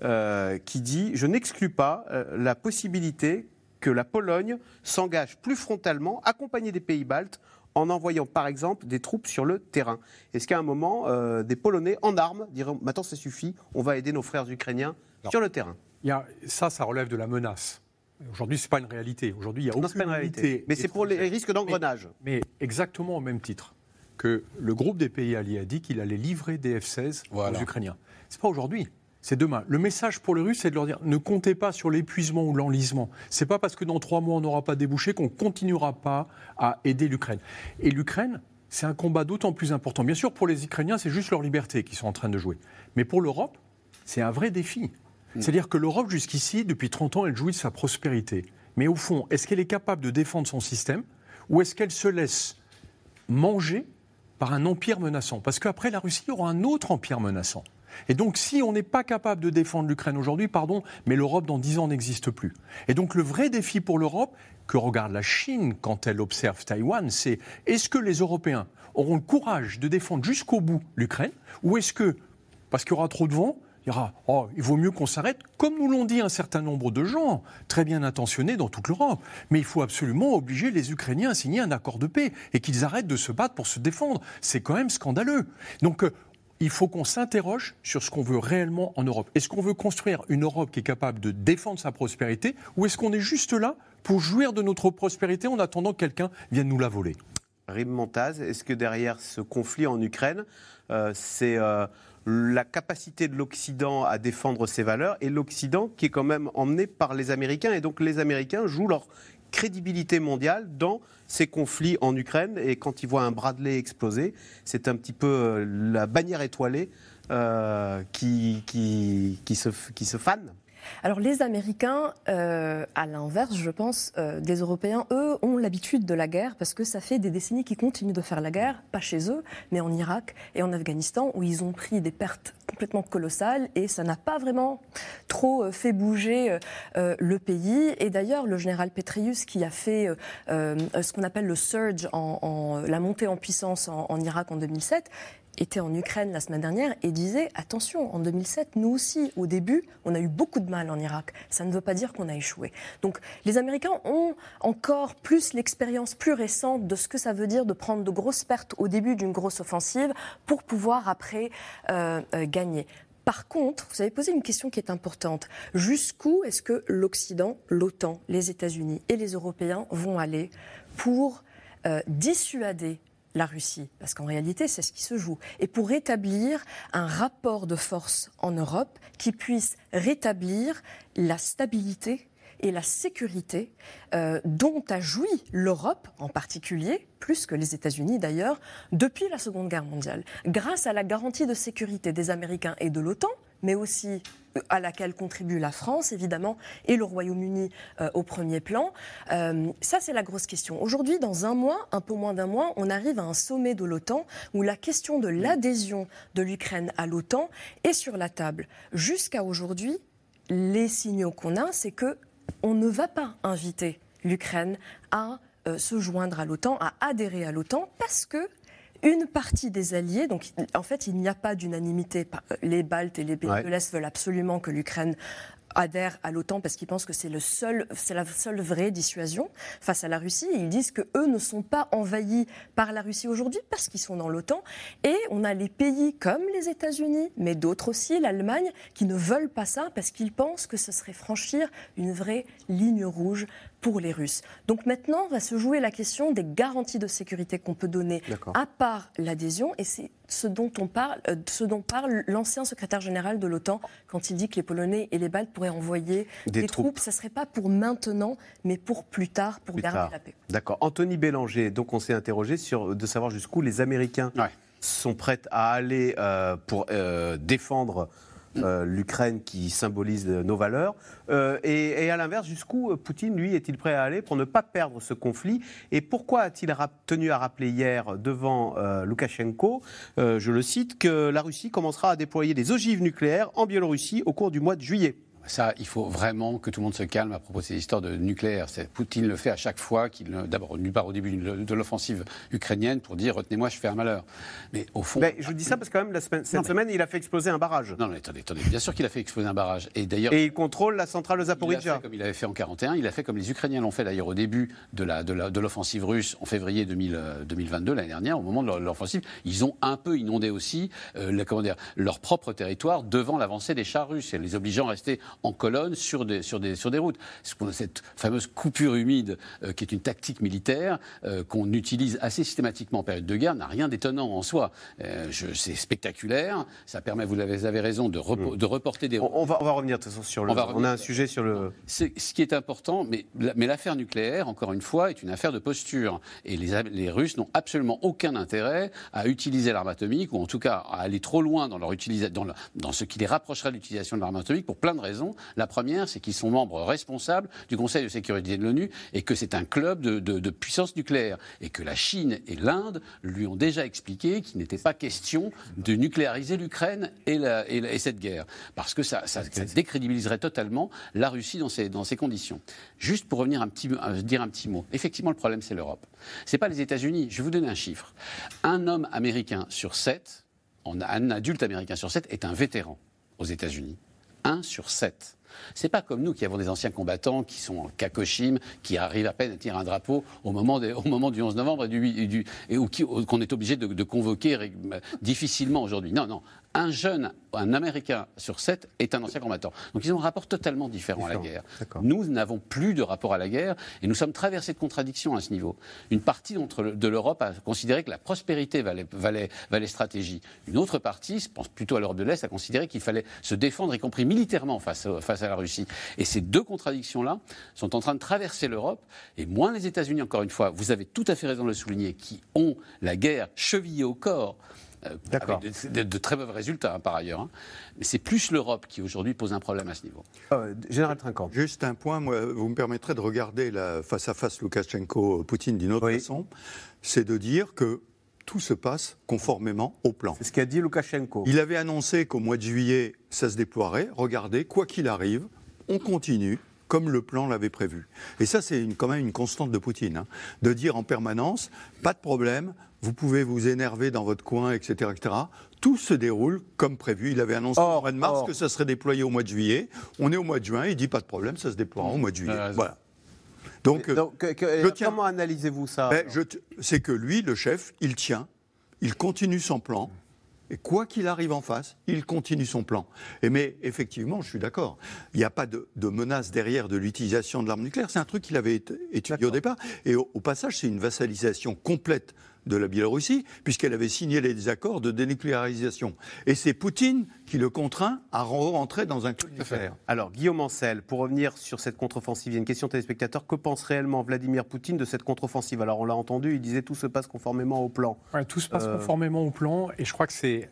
qui dit « Je n'exclus pas la possibilité que la Pologne s'engage plus frontalement, accompagnée des pays baltes, en envoyant par exemple des troupes sur le terrain. » Est-ce qu'à un moment, des Polonais en armes diront « Maintenant ça suffit, on va aider nos frères ukrainiens sur le terrain ». Ça relève de la menace. Aujourd'hui, ce n'est pas une réalité. Aujourd'hui, il y a aucune réalité. Mais c'est pour les risques d'engrenage. Mais exactement au même titre que le groupe des pays alliés a dit qu'il allait livrer des F-16 aux Ukrainiens. Ce n'est pas aujourd'hui, c'est demain. Le message pour les Russes, c'est de leur dire ne comptez pas sur l'épuisement ou l'enlisement. Ce n'est pas parce que dans 3 mois, on n'aura pas débouché qu'on ne continuera pas à aider l'Ukraine. Et l'Ukraine, c'est un combat d'autant plus important. Bien sûr, pour les Ukrainiens, c'est juste leur liberté qu'ils sont en train de jouer. Mais pour l'Europe, c'est un vrai défi. C'est-à-dire que l'Europe, jusqu'ici, depuis 30 ans, elle jouit de sa prospérité. Mais au fond, est-ce qu'elle est capable de défendre son système ou est-ce qu'elle se laisse manger par un empire menaçant? Parce qu'après, la Russie aura un autre empire menaçant. Et donc, si on n'est pas capable de défendre l'Ukraine aujourd'hui, pardon, mais l'Europe dans 10 ans n'existe plus. Et donc, le vrai défi pour l'Europe, que regarde la Chine quand elle observe Taïwan, c'est est-ce que les Européens auront le courage de défendre jusqu'au bout l'Ukraine, ou est-ce que, parce qu'il y aura trop de vent, il vaut mieux qu'on s'arrête, comme nous l'ont dit un certain nombre de gens, très bien intentionnés dans toute l'Europe. Mais il faut absolument obliger les Ukrainiens à signer un accord de paix et qu'ils arrêtent de se battre pour se défendre. C'est quand même scandaleux. Donc, il faut qu'on s'interroge sur ce qu'on veut réellement en Europe. Est-ce qu'on veut construire une Europe qui est capable de défendre sa prospérité, ou est-ce qu'on est juste là pour jouir de notre prospérité en attendant que quelqu'un vienne nous la voler? Rim Montaz, est-ce que derrière ce conflit en Ukraine, c'est la capacité de l'Occident à défendre ses valeurs et l'Occident qui est quand même emmené par les Américains, et donc les Américains jouent leur crédibilité mondiale dans ces conflits en Ukraine, et quand ils voient un Bradley exploser, c'est un petit peu la bannière étoilée qui se fane. Alors les Américains, à l'inverse, je pense, des Européens, eux, ont l'habitude de la guerre parce que ça fait des décennies qu'ils continuent de faire la guerre, pas chez eux, mais en Irak et en Afghanistan, où ils ont pris des pertes complètement colossales et ça n'a pas vraiment trop fait bouger le pays. Et d'ailleurs, le général Petraeus, qui a fait ce qu'on appelle le surge, la montée en puissance en Irak en 2007, était en Ukraine la semaine dernière et disait « Attention, en 2007, nous aussi, au début, on a eu beaucoup de mal en Irak. Ça ne veut pas dire qu'on a échoué. » Donc les Américains ont encore plus l'expérience plus récente de ce que ça veut dire de prendre de grosses pertes au début d'une grosse offensive pour pouvoir après gagner. Par contre, vous avez posé une question qui est importante. Jusqu'où est-ce que l'Occident, l'OTAN, les États-Unis et les Européens vont aller pour dissuader la Russie, parce qu'en réalité, c'est ce qui se joue. Et pour rétablir un rapport de force en Europe qui puisse rétablir la stabilité et la sécurité dont a joui l'Europe en particulier, plus que les États-Unis d'ailleurs, depuis la Seconde Guerre mondiale, grâce à la garantie de sécurité des Américains et de l'OTAN, mais aussi à laquelle contribue la France, évidemment, et le Royaume-Uni au premier plan. Ça, c'est la grosse question. Aujourd'hui, dans un mois, un peu moins d'un mois, on arrive à un sommet de l'OTAN où la question de l'adhésion de l'Ukraine à l'OTAN est sur la table. Jusqu'à aujourd'hui, les signaux qu'on a, c'est qu'on ne va pas inviter l'Ukraine à se joindre à l'OTAN, à adhérer à l'OTAN, parce que une partie des alliés, donc en fait il n'y a pas d'unanimité, les Baltes et les pays de l'Est veulent absolument que l'Ukraine adhèrent à l'OTAN parce qu'ils pensent que c'est la seule vraie dissuasion face à la Russie. Ils disent qu'eux ne sont pas envahis par la Russie aujourd'hui parce qu'ils sont dans l'OTAN. Et on a les pays comme les États-Unis, mais d'autres aussi, l'Allemagne, qui ne veulent pas ça parce qu'ils pensent que ce serait franchir une vraie ligne rouge pour les Russes. Donc maintenant, va se jouer la question des garanties de sécurité qu'on peut donner à part l'adhésion. Et c'est ce dont parle l'ancien secrétaire général de l'OTAN quand il dit que les Polonais et les Baltes pourraient envoyer des troupes. Ça ne serait pas pour maintenant, mais pour plus tard, pour garder la paix. D'accord. Anthony Bélanger, donc on s'est interrogé de savoir jusqu'où les Américains sont prêts à aller pour défendre l'Ukraine qui symbolise nos valeurs. Et à l'inverse, jusqu'où Poutine, lui, est-il prêt à aller pour ne pas perdre ce conflit? Et pourquoi a-t-il tenu à rappeler hier devant Loukachenko, je le cite, que la Russie commencera à déployer des ogives nucléaires en Biélorussie au cours du mois de juillet? Ça, il faut vraiment que tout le monde se calme à propos de ces histoires de nucléaire. Poutine le fait à chaque fois d'abord, nulle part au début de l'offensive ukrainienne pour dire « retenez-moi, je fais un malheur ». Mais au fond... Mais je dis ça parce que quand même, cette semaine, il a fait exploser un barrage. Non, mais attendez, bien sûr qu'il a fait exploser un barrage. Et d'ailleurs... Et il contrôle la centrale de Zaporijia. Comme il avait fait en 1941, il a fait comme les Ukrainiens l'ont fait d'ailleurs au début de l'offensive russe en février 2022, l'année dernière, au moment de l'offensive. Ils ont un peu inondé aussi leur propre territoire devant l'avancée des chars russes, et les obligeant à rester en colonne sur des routes. Cette fameuse coupure humide, qui est une tactique militaire qu'on utilise assez systématiquement en période de guerre, n'a rien d'étonnant en soi. C'est spectaculaire, ça permet, vous avez raison, de reporter des... On va revenir de toute façon sur on a un sujet sur le... Ce qui est important, mais l'affaire nucléaire, encore une fois, est une affaire de posture. Et les Russes n'ont absolument aucun intérêt à utiliser l'arme atomique, ou en tout cas à aller trop loin dans ce qui les rapprocherait de l'utilisation de l'arme atomique, pour plein de raisons. La première, c'est qu'ils sont membres responsables du Conseil de sécurité de l'ONU, et que c'est un club de puissance nucléaire. Et que la Chine et l'Inde lui ont déjà expliqué qu'il n'était pas question de nucléariser l'Ukraine et cette guerre. Parce que ça décrédibiliserait totalement la Russie dans ces conditions. Juste pour revenir dire un petit mot. Effectivement, le problème, c'est l'Europe. Ce n'est pas les États-Unis. Je vais vous donner un chiffre. Un homme américain sur 7, un adulte américain sur 7 est un vétéran aux États-Unis. 1 sur 7. C'est pas comme nous qui avons des anciens combattants qui sont en Kagoshim, qui arrivent à peine à tirer un drapeau au moment du 11 novembre qu'on est obligé de convoquer difficilement aujourd'hui. Non. Un Américain sur 7 est un ancien combattant. Donc ils ont un rapport totalement différent à la guerre. D'accord. Nous n'avons plus de rapport à la guerre et nous sommes traversés de contradictions à ce niveau. Une partie de l'Europe a considéré que la prospérité valait stratégie. Une autre partie, je pense plutôt à l'Europe de l'Est, a considéré qu'il fallait se défendre, y compris militairement, face à la Russie. Et ces deux contradictions-là sont en train de traverser l'Europe. Et moins les États-Unis, encore une fois, vous avez tout à fait raison de le souligner, qui ont la guerre chevillée au corps. Avec de très mauvais résultats, par ailleurs. Mais c'est plus l'Europe qui, aujourd'hui, pose un problème à ce niveau. Général Trinquant. Juste un point, vous me permettrez de regarder la face-à-face Loukachenko-Poutine d'une autre façon. C'est de dire que tout se passe conformément au plan. C'est ce qu'a dit Loukachenko. Il avait annoncé qu'au mois de juillet, ça se déploierait. Regardez, quoi qu'il arrive, on continue comme le plan l'avait prévu. Et ça, c'est quand même une constante de Poutine, de dire en permanence, pas de problème, vous pouvez vous énerver dans votre coin, etc., etc. Tout se déroule comme prévu. Il avait annoncé au mois de mars que ça serait déployé au mois de juillet. On est au mois de juin, il dit pas de problème, ça se déploiera au mois de juillet. Voilà. Donc comment analysez-vous ça? C'est que lui, le chef, il tient, il continue son plan. Et quoi qu'il arrive en face, il continue son plan. Mais effectivement, je suis d'accord, il n'y a pas de menace derrière de l'utilisation de l'arme nucléaire. C'est un truc qu'il avait étudié au départ. Et au passage, c'est une vassalisation complète de la Biélorussie, puisqu'elle avait signé les accords de dénucléarisation. Et c'est Poutine qui le contraint à rentrer dans un club nucléaire. Alors, Guillaume Ancel, pour revenir sur cette contre-offensive, il y a une question téléspectateur. Que pense réellement Vladimir Poutine de cette contre-offensive? Alors, on l'a entendu, il disait tout se passe conformément au plan. Ouais, tout se passe conformément au plan, et je crois que c'est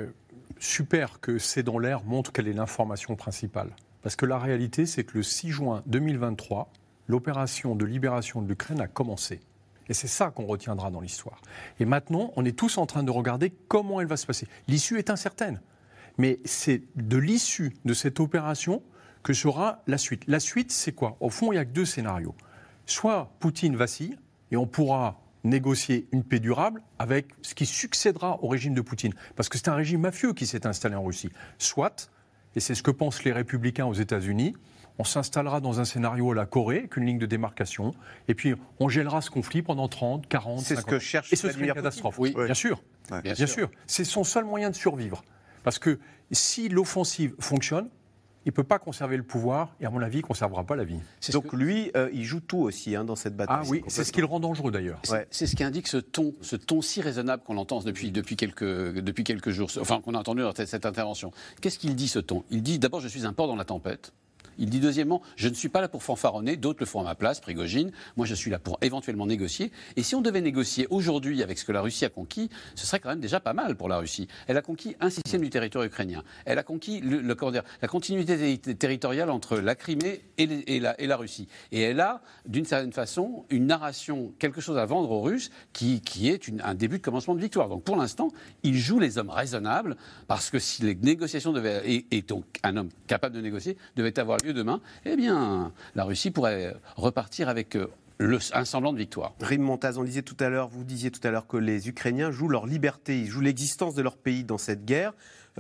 super que C'est dans l'air montre quelle est l'information principale. Parce que la réalité, c'est que le 6 juin 2023, l'opération de libération de l'Ukraine a commencé. Et c'est ça qu'on retiendra dans l'histoire. Et maintenant, on est tous en train de regarder comment elle va se passer. L'issue est incertaine. Mais c'est de l'issue de cette opération que sera la suite. La suite, c'est quoi? Au fond, il n'y a que deux scénarios. Soit Poutine vacille, et on pourra négocier une paix durable avec ce qui succédera au régime de Poutine. Parce que c'est un régime mafieux qui s'est installé en Russie. Soit, et c'est ce que pensent les républicains aux États-Unis, on s'installera dans un scénario à la Corée, avec une ligne de démarcation, et puis on gèlera ce conflit pendant 30, 40, 50 ans. C'est ce que cherche et ce serait une catastrophe. Oui, bien sûr. Ouais. Bien sûr. C'est son seul moyen de survivre. Parce que si l'offensive fonctionne, il ne peut pas conserver le pouvoir, et à mon avis, il ne conservera pas la vie. Donc lui, il joue tout aussi dans cette bataille. Ah oui, c'est ce qui le rend dangereux d'ailleurs. C'est ce qui indique ce ton si raisonnable qu'on entend depuis quelques jours, enfin qu'on a entendu dans cette intervention. Qu'est-ce qu'il dit, ce ton? Il dit d'abord, je suis un porc dans la tempête. Il dit deuxièmement, je ne suis pas là pour fanfaronner, d'autres le font à ma place, Prigojine, moi je suis là pour éventuellement négocier. Et si on devait négocier aujourd'hui avec ce que la Russie a conquis, ce serait quand même déjà pas mal pour la Russie. Elle a conquis un sixième du territoire ukrainien. Elle a conquis la continuité territoriale entre la Crimée et la Russie. Et elle a, d'une certaine façon, une narration, quelque chose à vendre aux Russes qui est un début de commencement de victoire. Donc pour l'instant, il joue les hommes raisonnables, parce que si les négociations et donc un homme capable de négocier devait avoir lieu demain, eh bien, la Russie pourrait repartir avec un semblant de victoire. Rim Montaz, vous disiez tout à l'heure que les Ukrainiens jouent leur liberté, ils jouent l'existence de leur pays dans cette guerre.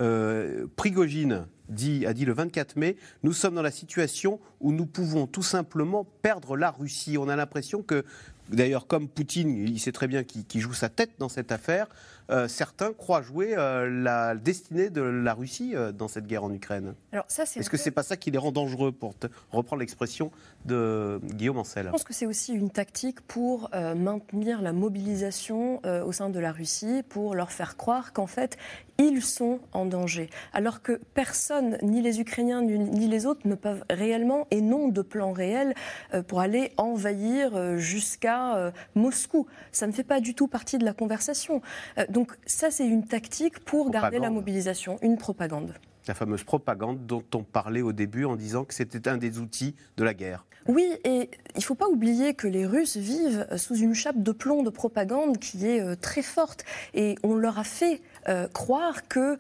Prigojine a dit le 24 mai, nous sommes dans la situation où nous pouvons tout simplement perdre la Russie. On a l'impression que, d'ailleurs, comme Poutine, il sait très bien qu'il joue sa tête dans cette affaire, certains croient jouer la destinée de la Russie dans cette guerre en Ukraine. Alors ça, Est-ce que c'est pas ça qui les rend dangereux, pour reprendre l'expression de Guillaume Ancel? Je pense que c'est aussi une tactique pour maintenir la mobilisation au sein de la Russie, pour leur faire croire qu'en fait, ils sont en danger. Alors que personne, ni les Ukrainiens, ni les autres, ne peuvent réellement et n'ont de plan réel pour aller envahir jusqu'à Moscou. Ça ne fait pas du tout partie de la conversation. Donc ça, c'est une tactique pour garder la mobilisation, une propagande. La fameuse propagande dont on parlait au début en disant que c'était un des outils de la guerre. Oui, et il ne faut pas oublier que les Russes vivent sous une chape de plomb de propagande qui est très forte. Et on leur a fait croire que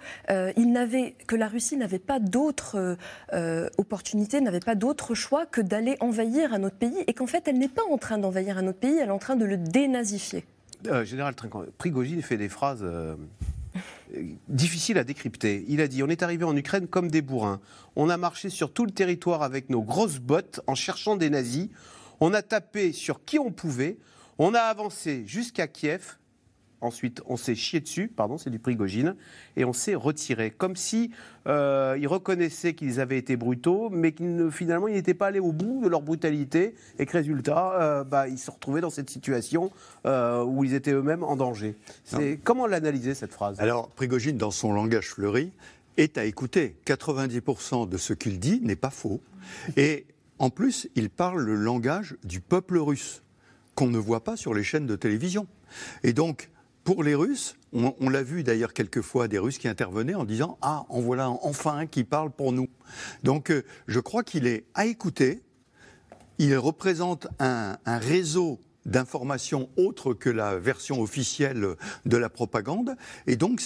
la Russie n'avait pas d'autre opportunité, n'avait pas d'autre choix que d'aller envahir un autre pays, et qu'en fait, elle n'est pas en train d'envahir un autre pays, elle est en train de le dénazifier. Général Trinquant, Prigojine fait des phrases difficiles à décrypter. Il a dit « On est arrivé en Ukraine comme des bourrins. On a marché sur tout le territoire avec nos grosses bottes en cherchant des nazis. On a tapé sur qui on pouvait. On a avancé jusqu'à Kiev. Ensuite, on s'est chié dessus, pardon, c'est du Prigojine, et on s'est retiré. Comme si ils reconnaissaient qu'ils avaient été brutaux, mais finalement, ils n'étaient pas allés au bout de leur brutalité, et que résultat, ils se retrouvaient dans cette situation où ils étaient eux-mêmes en danger. Comment l'analyser, cette phrase? Alors, Prigojine, dans son langage fleuri, est à écouter. 90% de ce qu'il dit n'est pas faux. Et en plus, il parle le langage du peuple russe, qu'on ne voit pas sur les chaînes de télévision. Et donc, pour les Russes, on l'a vu d'ailleurs quelquefois, des Russes qui intervenaient en disant « Ah, en voilà enfin un qui parle pour nous ». Donc je crois qu'il est à écouter. Il représente un réseau d'informations autre que la version officielle de la propagande. Et donc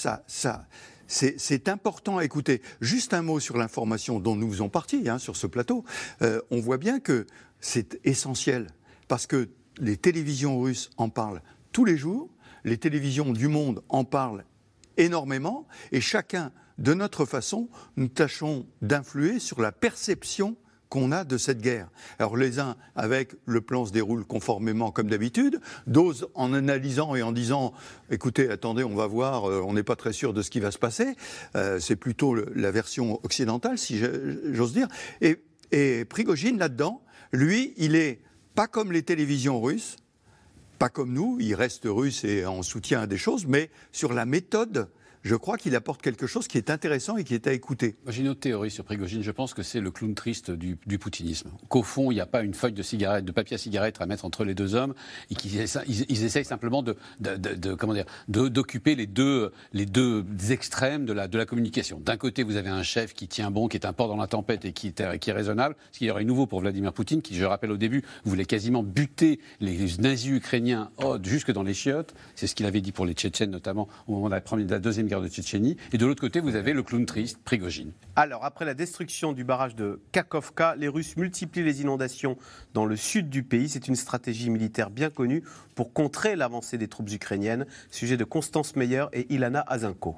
c'est important à écouter. Juste un mot sur l'information dont nous faisons partie sur ce plateau. On voit bien que c'est essentiel parce que les télévisions russes en parlent tous les jours. Les télévisions du monde en parlent énormément et chacun, de notre façon, nous tâchons d'influer sur la perception qu'on a de cette guerre. Alors les uns avec le plan se déroule conformément comme d'habitude, d'autres en analysant et en disant « écoutez, attendez, on va voir, on n'est pas très sûr de ce qui va se passer ». C'est plutôt la version occidentale, si j'ose dire. Et Prigojine, là-dedans, lui, il est pas comme les télévisions russes, pas comme nous, il reste russe et en soutien à des choses, mais sur la méthode, je crois qu'il apporte quelque chose qui est intéressant et qui est à écouter. Moi, j'ai une autre théorie sur Prigojine. Je pense que c'est le clown triste du poutinisme. Qu'au fond, il n'y a pas une feuille de papier à cigarette à mettre entre les deux hommes et qu'ils essayent simplement d'occuper les deux extrêmes de la communication. D'un côté, vous avez un chef qui tient bon, qui est un port dans la tempête et qui est raisonnable, ce qui aurait nouveau pour Vladimir Poutine, qui, je rappelle au début, voulait quasiment buter les nazis ukrainiens jusque dans les chiottes. C'est ce qu'il avait dit pour les Tchétchènes, notamment au moment de la deuxième guerre de Tchétchénie. Et de l'autre côté, vous avez le clown triste, Prigojine. Alors, après la destruction du barrage de Kakhovka, les Russes multiplient les inondations dans le sud du pays. C'est une stratégie militaire bien connue pour contrer l'avancée des troupes ukrainiennes. Sujet de Constance Meyer et Ilana Azenko.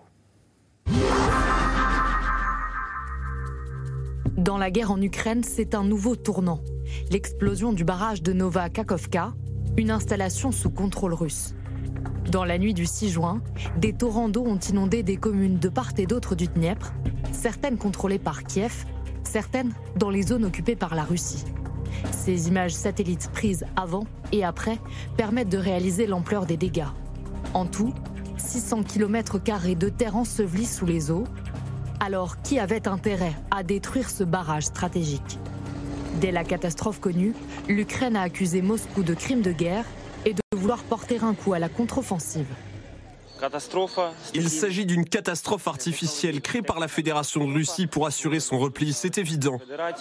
Dans la guerre en Ukraine, c'est un nouveau tournant. L'explosion du barrage de Nova Kakhovka, une installation sous contrôle russe. Dans la nuit du 6 juin, des torrents d'eau ont inondé des communes de part et d'autre du Dniepr, certaines contrôlées par Kiev, certaines dans les zones occupées par la Russie. Ces images satellites prises avant et après permettent de réaliser l'ampleur des dégâts. En tout, 600 km² de terre ensevelie sous les eaux. Alors, qui avait intérêt à détruire ce barrage stratégique ? Dès la catastrophe connue, l'Ukraine a accusé Moscou de crimes de guerre et de vouloir porter un coup à la contre-offensive. Il s'agit d'une catastrophe artificielle créée par la Fédération de Russie pour assurer son repli, c'est évident.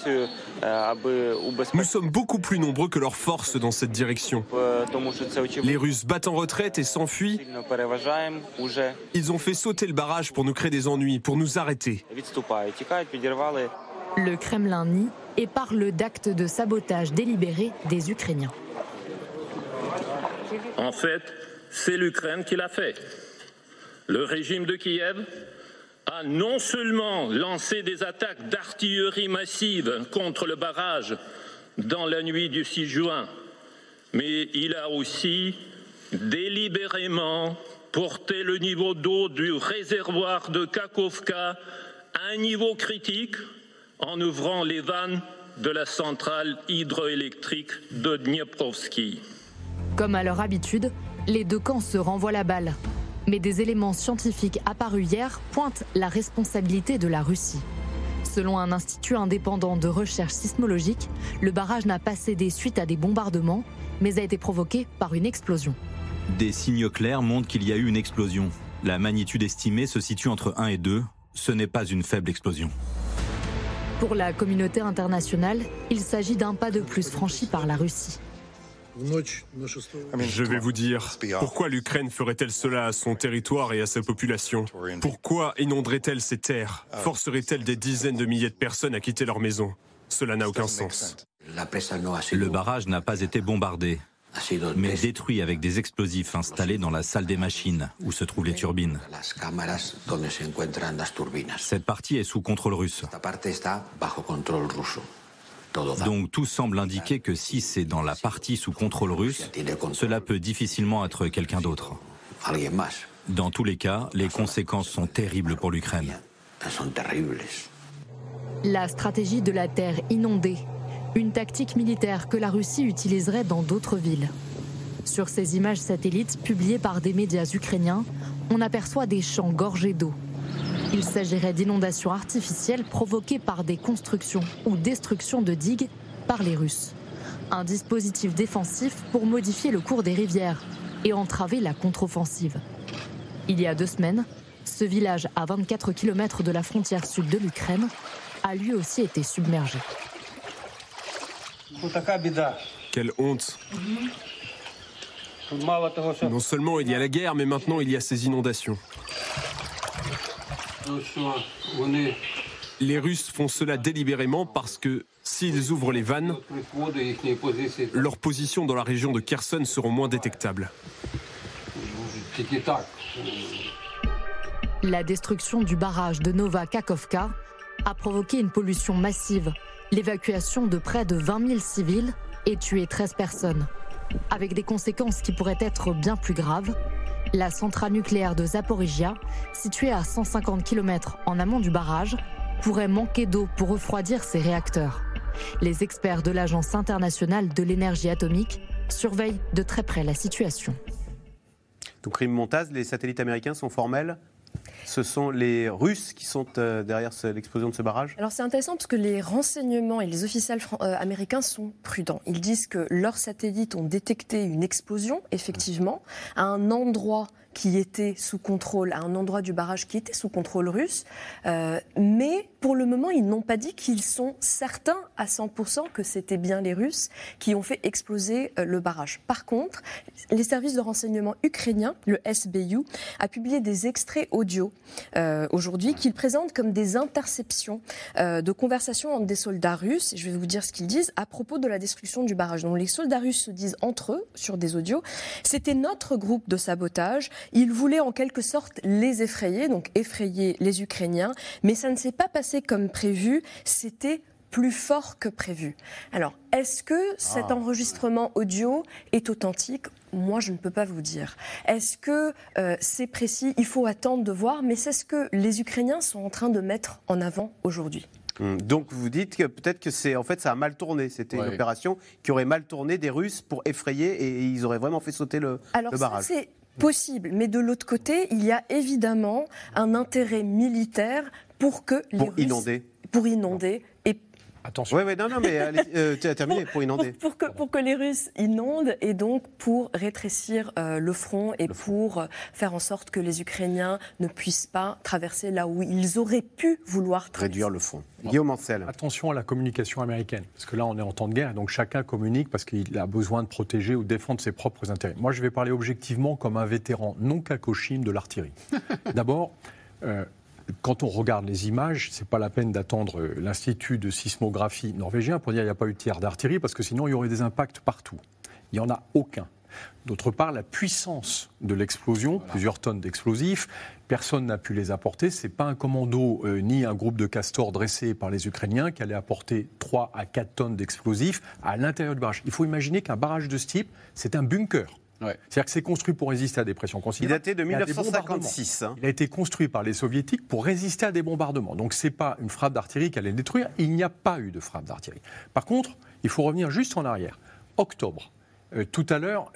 Nous sommes beaucoup plus nombreux que leurs forces dans cette direction. Les Russes battent en retraite et s'enfuient. Ils ont fait sauter le barrage pour nous créer des ennuis, pour nous arrêter. Le Kremlin nie et parle d'actes de sabotage délibéré des Ukrainiens. En fait, c'est l'Ukraine qui l'a fait. Le régime de Kiev a non seulement lancé des attaques d'artillerie massive contre le barrage dans la nuit du 6 juin, mais il a aussi délibérément porter le niveau d'eau du réservoir de Kakhovka à un niveau critique en ouvrant les vannes de la centrale hydroélectrique de Dnieprovski. Comme à leur habitude, les deux camps se renvoient la balle. Mais des éléments scientifiques apparus hier pointent la responsabilité de la Russie. Selon un institut indépendant de recherche sismologique, le barrage n'a pas cédé suite à des bombardements, mais a été provoqué par une explosion. Des signaux clairs montrent qu'il y a eu une explosion. La magnitude estimée se situe entre 1 et 2. Ce n'est pas une faible explosion. Pour la communauté internationale, il s'agit d'un pas de plus franchi par la Russie. Je vais vous dire, pourquoi l'Ukraine ferait-elle cela à son territoire et à sa population? Pourquoi inonderait-elle ses terres? Forcerait-elle des dizaines de milliers de personnes à quitter leur maison? Cela n'a aucun sens. Le barrage n'a pas été bombardé, mais détruit avec des explosifs installés dans la salle des machines, où se trouvent les turbines. Cette partie est sous contrôle russe. Donc tout semble indiquer que si c'est dans la partie sous contrôle russe, cela peut difficilement être quelqu'un d'autre. Dans tous les cas, les conséquences sont terribles pour l'Ukraine. La stratégie de la terre inondée, une tactique militaire que la Russie utiliserait dans d'autres villes. Sur ces images satellites publiées par des médias ukrainiens, on aperçoit des champs gorgés d'eau. Il s'agirait d'inondations artificielles provoquées par des constructions ou destructions de digues par les Russes. Un dispositif défensif pour modifier le cours des rivières et entraver la contre-offensive. Il y a 2 semaines, ce village à 24 km de la frontière sud de l'Ukraine a lui aussi été submergé. Quelle honte! Non seulement il y a la guerre, mais maintenant il y a ces inondations. Les Russes font cela délibérément parce que s'ils ouvrent les vannes, leurs positions dans la région de Kherson seront moins détectables. La destruction du barrage de Nova Kakhovka a provoqué une pollution massive, l'évacuation de près de 20 000 civils et tué 13 personnes. Avec des conséquences qui pourraient être bien plus graves. La centrale nucléaire de Zaporizhia, située à 150 km en amont du barrage, pourrait manquer d'eau pour refroidir ses réacteurs. Les experts de l'Agence internationale de l'énergie atomique surveillent de très près la situation. Donc, Rim Montaz, les satellites américains sont formels? Ce sont les Russes qui sont derrière l'explosion de ce barrage? Alors c'est intéressant parce que les renseignements et les officiels américains sont prudents. Ils disent que leurs satellites ont détecté une explosion, effectivement, à un endroit qui était sous contrôle, à un endroit du barrage qui était sous contrôle russe. Mais pour le moment, ils n'ont pas dit qu'ils sont certains à 100% que c'était bien les Russes qui ont fait exploser le barrage. Par contre, les services de renseignement ukrainiens, le SBU, a publié des extraits audio aujourd'hui qu'ils présentent comme des interceptions de conversations entre des soldats russes. Et je vais vous dire ce qu'ils disent à propos de la destruction du barrage. Donc les soldats russes se disent entre eux, sur des audios, c'était notre groupe de sabotage. Ils voulaient en quelque sorte les effrayer, donc effrayer les Ukrainiens, mais ça ne s'est pas passé comme prévu, c'était plus fort que prévu. Alors, est-ce que cet enregistrement audio est authentique ? Moi, je ne peux pas vous dire. Est-ce que c'est précis ? Il faut attendre de voir, mais c'est ce que les Ukrainiens sont en train de mettre en avant aujourd'hui. Donc vous dites que peut-être que ça a mal tourné, c'était une opération qui aurait mal tourné des Russes pour effrayer et ils auraient vraiment fait sauter le barrage. Ça, c'est possible, mais de l'autre côté, il y a évidemment un intérêt militaire pour que les Russes... Pour inonder. Et attention. Oui, non, mais tu as terminé pour inonder. Pour que les Russes inondent et donc pour rétrécir le front et pour faire en sorte que les Ukrainiens ne puissent pas traverser là où ils auraient pu vouloir traverser. Réduire le front. Guillaume Ancel. Attention à la communication américaine, parce que là on est en temps de guerre, donc chacun communique parce qu'il a besoin de protéger ou de défendre ses propres intérêts. Moi je vais parler objectivement comme un vétéran non kakoshim de l'artillerie. D'abord, quand on regarde les images, ce n'est pas la peine d'attendre l'Institut de sismographie norvégien pour dire qu'il n'y a pas eu de tir d'artillerie, parce que sinon il y aurait des impacts partout. Il n'y en a aucun. D'autre part, la puissance de l'explosion, plusieurs tonnes d'explosifs, personne n'a pu les apporter. Ce n'est pas un commando ni un groupe de castors dressés par les Ukrainiens qui allait apporter 3 à 4 tonnes d'explosifs à l'intérieur du barrage. Il faut imaginer qu'un barrage de ce type, c'est un bunker. Ouais. C'est-à-dire que c'est construit pour résister à des pressions considérables. Il datait de 1956. Il a été construit par les soviétiques pour résister à des bombardements. Donc ce n'est pas une frappe d'artillerie qui allait le détruire. Il n'y a pas eu de frappe d'artillerie. Par contre, il faut revenir juste en arrière. Octobre. Tout à l'heure,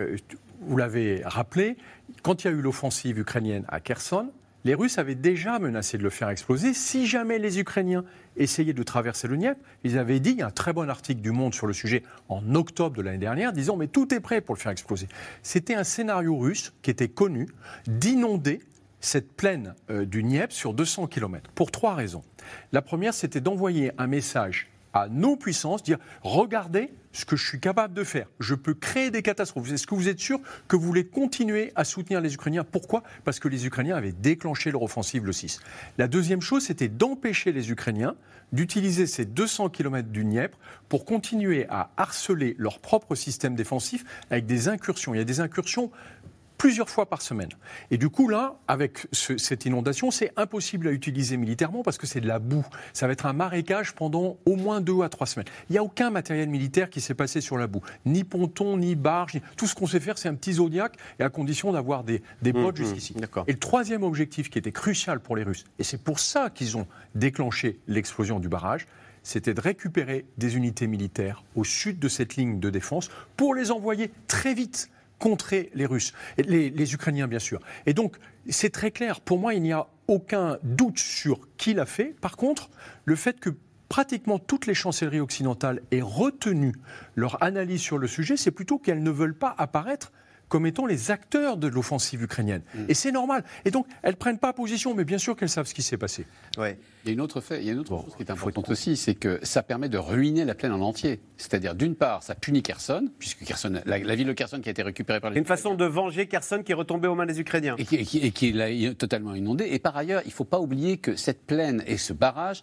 vous l'avez rappelé, quand il y a eu l'offensive ukrainienne à Kherson, les Russes avaient déjà menacé de le faire exploser si jamais les Ukrainiens essayaient de traverser le Dniepr. Ils avaient dit, il y a un très bon article du Monde sur le sujet en octobre de l'année dernière, disant mais tout est prêt pour le faire exploser. C'était un scénario russe qui était connu d'inonder cette plaine du Dniepr sur 200 km, pour 3 raisons. La première, c'était d'envoyer un message à nos puissances, dire regardez ce que je suis capable de faire. Je peux créer des catastrophes. Est-ce que vous êtes sûr que vous voulez continuer à soutenir les Ukrainiens ? Pourquoi ? Parce que les Ukrainiens avaient déclenché leur offensive le 6. La deuxième chose, c'était d'empêcher les Ukrainiens d'utiliser ces 200 km du Dniepr pour continuer à harceler leur propre système défensif avec des incursions. Il y a des incursions plusieurs fois par semaine. Et du coup, là, avec cette inondation, c'est impossible à utiliser militairement parce que c'est de la boue. Ça va être un marécage pendant au moins 2 à 3 semaines. Il n'y a aucun matériel militaire qui s'est passé sur la boue. Ni ponton, ni barge. Tout ce qu'on sait faire, c'est un petit Zodiac et à condition d'avoir des bottes jusqu'ici. Et le troisième objectif qui était crucial pour les Russes, et c'est pour ça qu'ils ont déclenché l'explosion du barrage, c'était de récupérer des unités militaires au sud de cette ligne de défense pour les envoyer très vite contrer les Russes, les Ukrainiens bien sûr. Et donc, c'est très clair. Pour moi, il n'y a aucun doute sur qui l'a fait. Par contre, le fait que pratiquement toutes les chancelleries occidentales aient retenu leur analyse sur le sujet, c'est plutôt qu'elles ne veulent pas apparaître comme étant les acteurs de l'offensive ukrainienne. Et c'est normal. Et donc, elles ne prennent pas position, mais bien sûr qu'elles savent ce qui s'est passé. Ouais. Il y a une autre chose qui est importante aussi, c'est que ça permet de ruiner la plaine en entier. C'est-à-dire, d'une part, ça punit Kherson, puisque Kherson, la ville de Kherson qui a été récupérée par les... C'est une façon de venger Kherson qui est retombée aux mains des Ukrainiens. Et qui l'a totalement inondée. Et par ailleurs, il ne faut pas oublier que cette plaine et ce barrage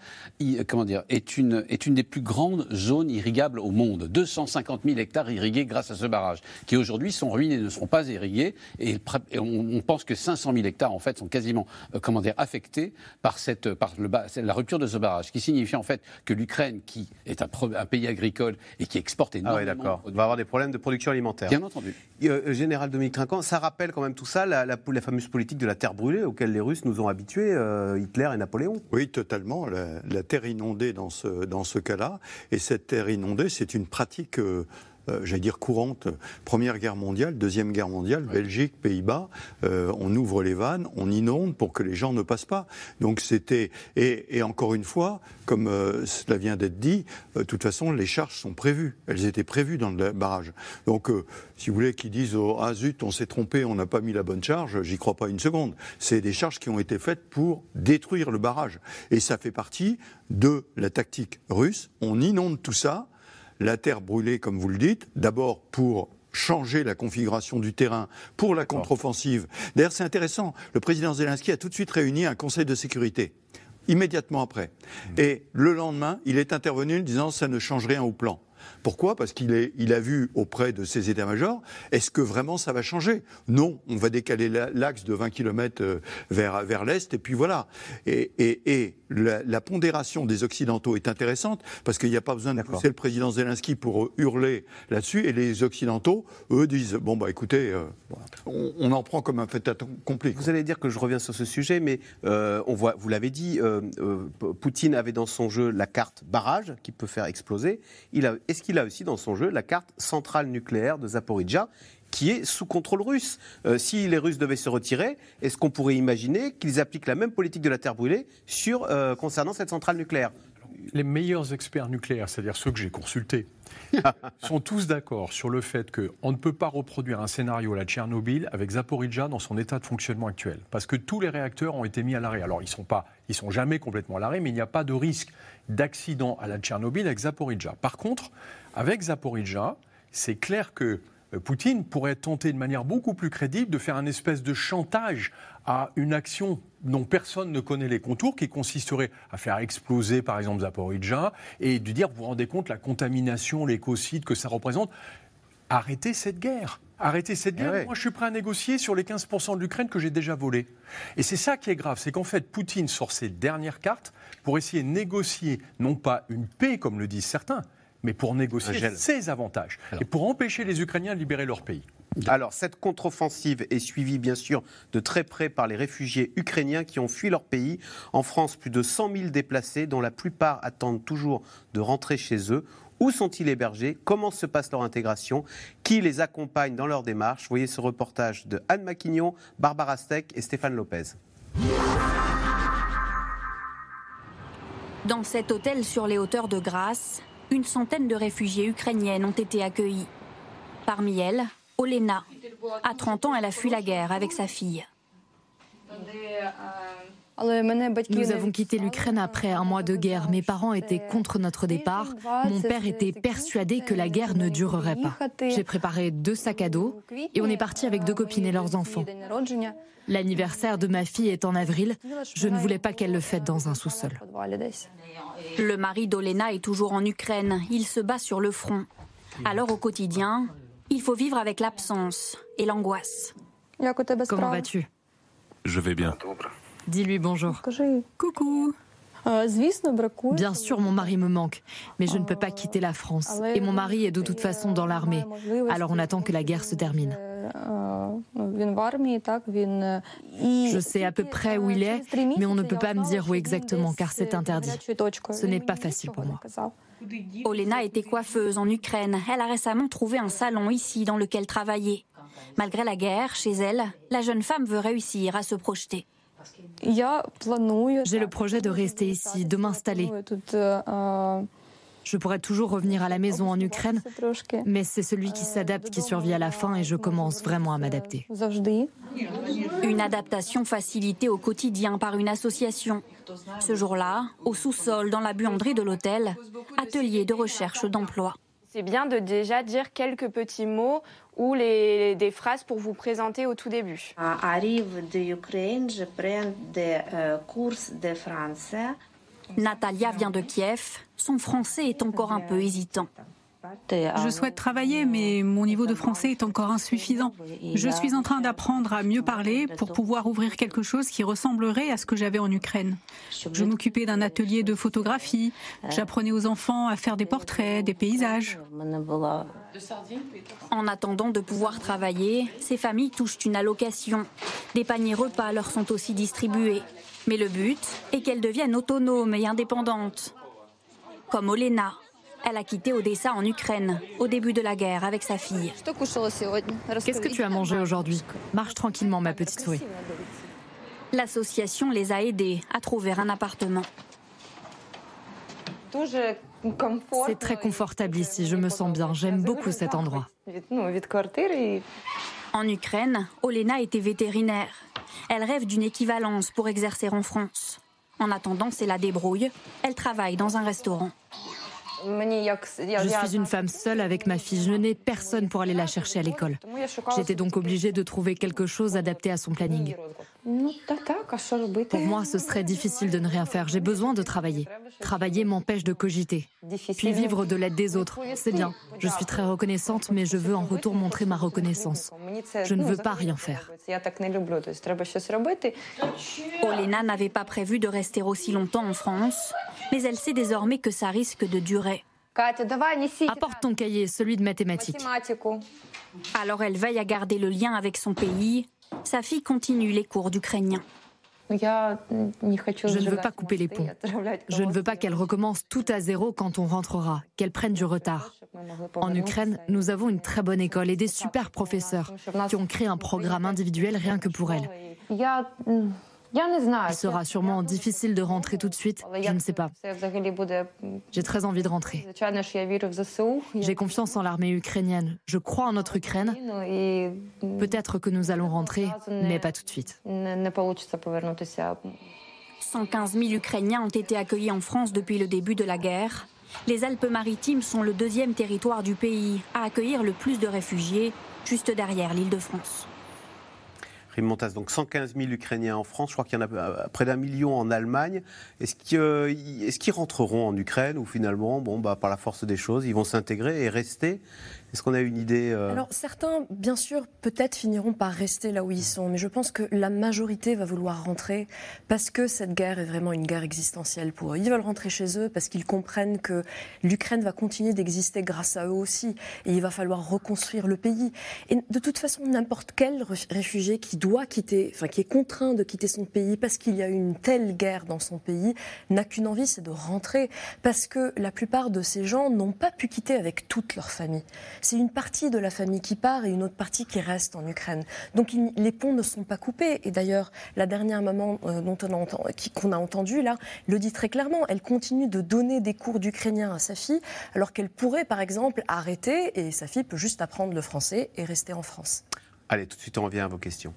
est une des plus grandes zones irrigables au monde. 250 000 hectares irrigués grâce à ce barrage, qui aujourd'hui sont ruinés, ne seront pas irrigués. Et on pense que 500 000 hectares, en fait, sont quasiment affectés par la rupture de ce barrage, qui signifie en fait que l'Ukraine, qui est un pays agricole et qui exporte énormément... Ah oui, d'accord. On va avoir des problèmes de production alimentaire. Bien entendu. Général Dominique Trinquant, ça rappelle quand même tout ça, la fameuse politique de la terre brûlée auquel les Russes nous ont habitués, Hitler et Napoléon. Oui, totalement. La terre inondée dans ce cas-là. Et cette terre inondée, c'est une pratique... j'allais dire courante, Première Guerre mondiale, Deuxième Guerre mondiale, Belgique, Pays-Bas, on ouvre les vannes, on inonde pour que les gens ne passent pas. Donc c'était... Et encore une fois, comme cela vient d'être dit, de toute façon, les charges sont prévues. Elles étaient prévues dans le barrage. Donc, si vous voulez, qu'ils disent « Ah zut, on s'est trompé, on n'a pas mis la bonne charge », j'y crois pas une seconde. C'est des charges qui ont été faites pour détruire le barrage. Et ça fait partie de la tactique russe. On inonde tout ça, la terre brûlée, comme vous le dites, d'abord pour changer la configuration du terrain pour la contre-offensive. D'ailleurs, c'est intéressant, le président Zelensky a tout de suite réuni un conseil de sécurité, immédiatement après. Et le lendemain, il est intervenu en disant « ça ne change rien au plan ». Pourquoi ? Parce qu'il a vu auprès de ses états-majors, est-ce que vraiment ça va changer ? Non, on va décaler l'axe de 20 km vers l'Est, et puis voilà. Et la pondération des Occidentaux est intéressante, parce qu'il n'y a pas besoin de pousser le président Zelensky pour hurler là-dessus, et les Occidentaux, eux, disent, bon, bah écoutez, on en prend comme un fait accompli. Vous allez dire que je reviens sur ce sujet, mais on voit, vous l'avez dit, Poutine avait dans son jeu la carte barrage, qui peut faire exploser. Est-ce qu'il a aussi dans son jeu la carte centrale nucléaire de Zaporijjia, qui est sous contrôle russe. Si les Russes devaient se retirer, est-ce qu'on pourrait imaginer qu'ils appliquent la même politique de la terre brûlée concernant cette centrale nucléaire ? Les meilleurs experts nucléaires, c'est-à-dire ceux que j'ai consultés, sont tous d'accord sur le fait qu'on ne peut pas reproduire un scénario à la Tchernobyl avec Zaporijjia dans son état de fonctionnement actuel. Parce que tous les réacteurs ont été mis à l'arrêt. Alors, ils sont jamais complètement à l'arrêt, mais il n'y a pas de risque d'accident à la Tchernobyl avec Zaporijjia. Par contre, avec Zaporijjia, c'est clair que Poutine pourrait tenter de manière beaucoup plus crédible de faire un espèce de chantage à une action dont personne ne connaît les contours, qui consisterait à faire exploser, par exemple, Zaporijjia, et de dire, vous vous rendez compte, la contamination, l'écocide que ça représente. Arrêtez cette guerre. Arrêtez cette guerre. Moi, je suis prêt à négocier sur les 15% de l'Ukraine que j'ai déjà volés. Et c'est ça qui est grave, c'est qu'en fait, Poutine sort ses dernières cartes pour essayer de négocier, non pas une paix, comme le disent certains, mais pour négocier ses avantages et pour empêcher les Ukrainiens de libérer leur pays. Alors, cette contre-offensive est suivie, bien sûr, de très près par les réfugiés ukrainiens qui ont fui leur pays. En France, plus de 100 000 déplacés, dont la plupart attendent toujours de rentrer chez eux. Où sont-ils hébergés? Comment se passe leur intégration? Qui les accompagne dans leur démarche? Voyez ce reportage de Anne Maquignon, Barbara Steck et Stéphane Lopez. Dans cet hôtel sur les hauteurs de Grasse, une centaine de réfugiées ukrainiennes ont été accueillies. Parmi elles, Olena. À 30 ans, elle a fui la guerre avec sa fille. Nous avons quitté l'Ukraine après un mois de guerre. Mes parents étaient contre notre départ. Mon père était persuadé que la guerre ne durerait pas. J'ai préparé 2 sacs à dos et on est parti avec 2 copines et leurs enfants. L'anniversaire de ma fille est en avril. Je ne voulais pas qu'elle le fête dans un sous-sol. Le mari d'Olena est toujours en Ukraine. Il se bat sur le front. Alors au quotidien, il faut vivre avec l'absence et l'angoisse. Comment vas-tu? Je vais bien. Dis-lui bonjour. Coucou. Bien sûr, mon mari me manque, mais je ne peux pas quitter la France. Et mon mari est de toute façon dans l'armée. Alors on attend que la guerre se termine. Je sais à peu près où il est, mais on ne peut pas me dire où exactement, car c'est interdit. Ce n'est pas facile pour moi. Olena était coiffeuse en Ukraine. Elle a récemment trouvé un salon ici dans lequel travailler. Malgré la guerre, chez elle, la jeune femme veut réussir à se projeter. J'ai le projet de rester ici, de m'installer. Je pourrais toujours revenir à la maison en Ukraine, mais c'est celui qui s'adapte qui survit à la fin et je commence vraiment à m'adapter. Une adaptation facilitée au quotidien par une association. Ce jour-là, au sous-sol, dans la buanderie de l'hôtel, atelier de recherche d'emploi. C'est bien de déjà dire quelques petits mots ou des phrases pour vous présenter au tout début. Arrive de Ukraine, je prends des cours de français. Natalia vient de Kiev. Son français est encore un peu hésitant. Je souhaite travailler, mais mon niveau de français est encore insuffisant. Je suis en train d'apprendre à mieux parler pour pouvoir ouvrir quelque chose qui ressemblerait à ce que j'avais en Ukraine. Je m'occupais d'un atelier de photographie. J'apprenais aux enfants à faire des portraits, des paysages. En attendant de pouvoir travailler, ces familles touchent une allocation. Des paniers repas leur sont aussi distribués. Mais le but est qu'elles deviennent autonomes et indépendantes. Comme Olena. Elle a quitté Odessa en Ukraine, au début de la guerre, avec sa fille. Qu'est-ce que tu as mangé aujourd'hui? Marche tranquillement, ma petite souris. L'association les a aidés à trouver un appartement. C'est très confortable ici, je me sens bien. J'aime beaucoup cet endroit. En Ukraine, Olena était vétérinaire. Elle rêve d'une équivalence pour exercer en France. En attendant, c'est la débrouille. Elle travaille dans un restaurant. Je suis une femme seule avec ma fille. Je n'ai personne pour aller la chercher à l'école. J'étais donc obligée de trouver quelque chose adapté à son planning. Pour moi, ce serait difficile de ne rien faire. J'ai besoin de travailler. Travailler m'empêche de cogiter. Puis vivre de l'aide des autres, c'est bien. Je suis très reconnaissante, mais je veux en retour montrer ma reconnaissance. Je ne veux pas rien faire. Olena n'avait pas prévu de rester aussi longtemps en France, mais elle sait désormais que ça risque de durer. Apporte ton cahier, celui de mathématiques. Alors elle veille à garder le lien avec son pays. Sa fille continue les cours d'ukrainien. Je ne veux pas couper les ponts. Je ne veux pas qu'elle recommence tout à zéro quand on rentrera, qu'elle prenne du retard. En Ukraine, nous avons une très bonne école et des super professeurs qui ont créé un programme individuel rien que pour elle. Il sera sûrement difficile de rentrer tout de suite, je ne sais pas. J'ai très envie de rentrer. J'ai confiance en l'armée ukrainienne. Je crois en notre Ukraine. Peut-être que nous allons rentrer, mais pas tout de suite. 115 000 Ukrainiens ont été accueillis en France depuis le début de la guerre. Les Alpes-Maritimes sont le 2e territoire du pays à accueillir le plus de réfugiés, juste derrière l'Île-de-France. Montas, donc 115 000 Ukrainiens en France, je crois qu'il y en a près d'1 million en Allemagne. Est-ce qu'ils rentreront en Ukraine ou finalement, par la force des choses, ils vont s'intégrer et rester? Est-ce qu'on a une idée Alors certains, bien sûr, peut-être finiront par rester là où ils sont, mais je pense que la majorité va vouloir rentrer parce que cette guerre est vraiment une guerre existentielle pour eux. Ils veulent rentrer chez eux parce qu'ils comprennent que l'Ukraine va continuer d'exister grâce à eux aussi, et il va falloir reconstruire le pays. Et de toute façon, n'importe quel réfugié qui doit quitter, enfin qui est contraint de quitter son pays parce qu'il y a une telle guerre dans son pays, n'a qu'une envie, c'est de rentrer, parce que la plupart de ces gens n'ont pas pu quitter avec toute leur famille. C'est une partie de la famille qui part et une autre partie qui reste en Ukraine. Donc les ponts ne sont pas coupés. Et d'ailleurs, la dernière maman qu'on a entendue là le dit très clairement. Elle continue de donner des cours d'ukrainien à sa fille, alors qu'elle pourrait par exemple arrêter et sa fille peut juste apprendre le français et rester en France. Allez, tout de suite on revient à vos questions.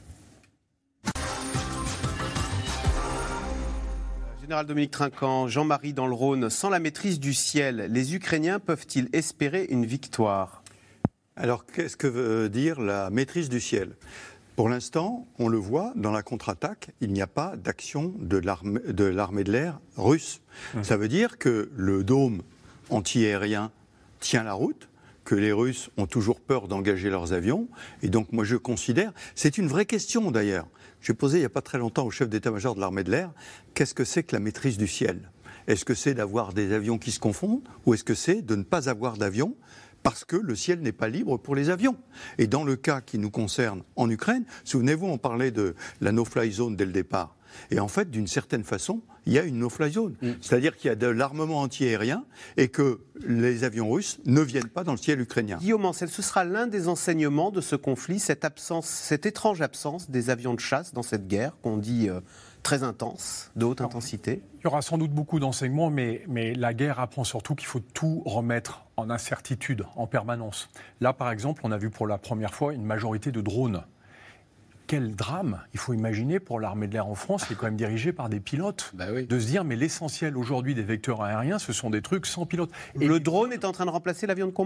Général Dominique Trinquant, Jean-Marie dans le Rhône, sans la maîtrise du ciel, les Ukrainiens peuvent-ils espérer une victoire ? Alors, qu'est-ce que veut dire la maîtrise du ciel ? Pour l'instant, on le voit, dans la contre-attaque, il n'y a pas d'action de l'armée de l'air russe. Ça veut dire que le dôme anti-aérien tient la route, que les Russes ont toujours peur d'engager leurs avions. Et donc, moi, je considère... C'est une vraie question, d'ailleurs. J'ai posé il n'y a pas très longtemps au chef d'état-major de l'armée de l'air, qu'est-ce que c'est que la maîtrise du ciel ? Est-ce que c'est d'avoir des avions qui se confondent ou est-ce que c'est de ne pas avoir d'avions parce que le ciel n'est pas libre pour les avions ? Et dans le cas qui nous concerne en Ukraine, souvenez-vous, on parlait de la no-fly zone dès le départ. Et en fait, d'une certaine façon, il y a une no-fly zone. C'est-à-dire qu'il y a de l'armement anti-aérien et que les avions russes ne viennent pas dans le ciel ukrainien. Guillaume Ancel, ce sera l'un des enseignements de ce conflit, cette étrange absence des avions de chasse dans cette guerre qu'on dit très intense, de haute intensité. Il y aura sans doute beaucoup d'enseignements, mais la guerre apprend surtout qu'il faut tout remettre en incertitude en permanence. Là, par exemple, on a vu pour la première fois une majorité de drones. Quel drame il faut imaginer pour l'armée de l'air en France, qui est quand même dirigée par des pilotes, de se dire mais l'essentiel aujourd'hui des vecteurs aériens, ce sont des trucs sans pilote. Et le drone est en train de remplacer l'avion de combat ?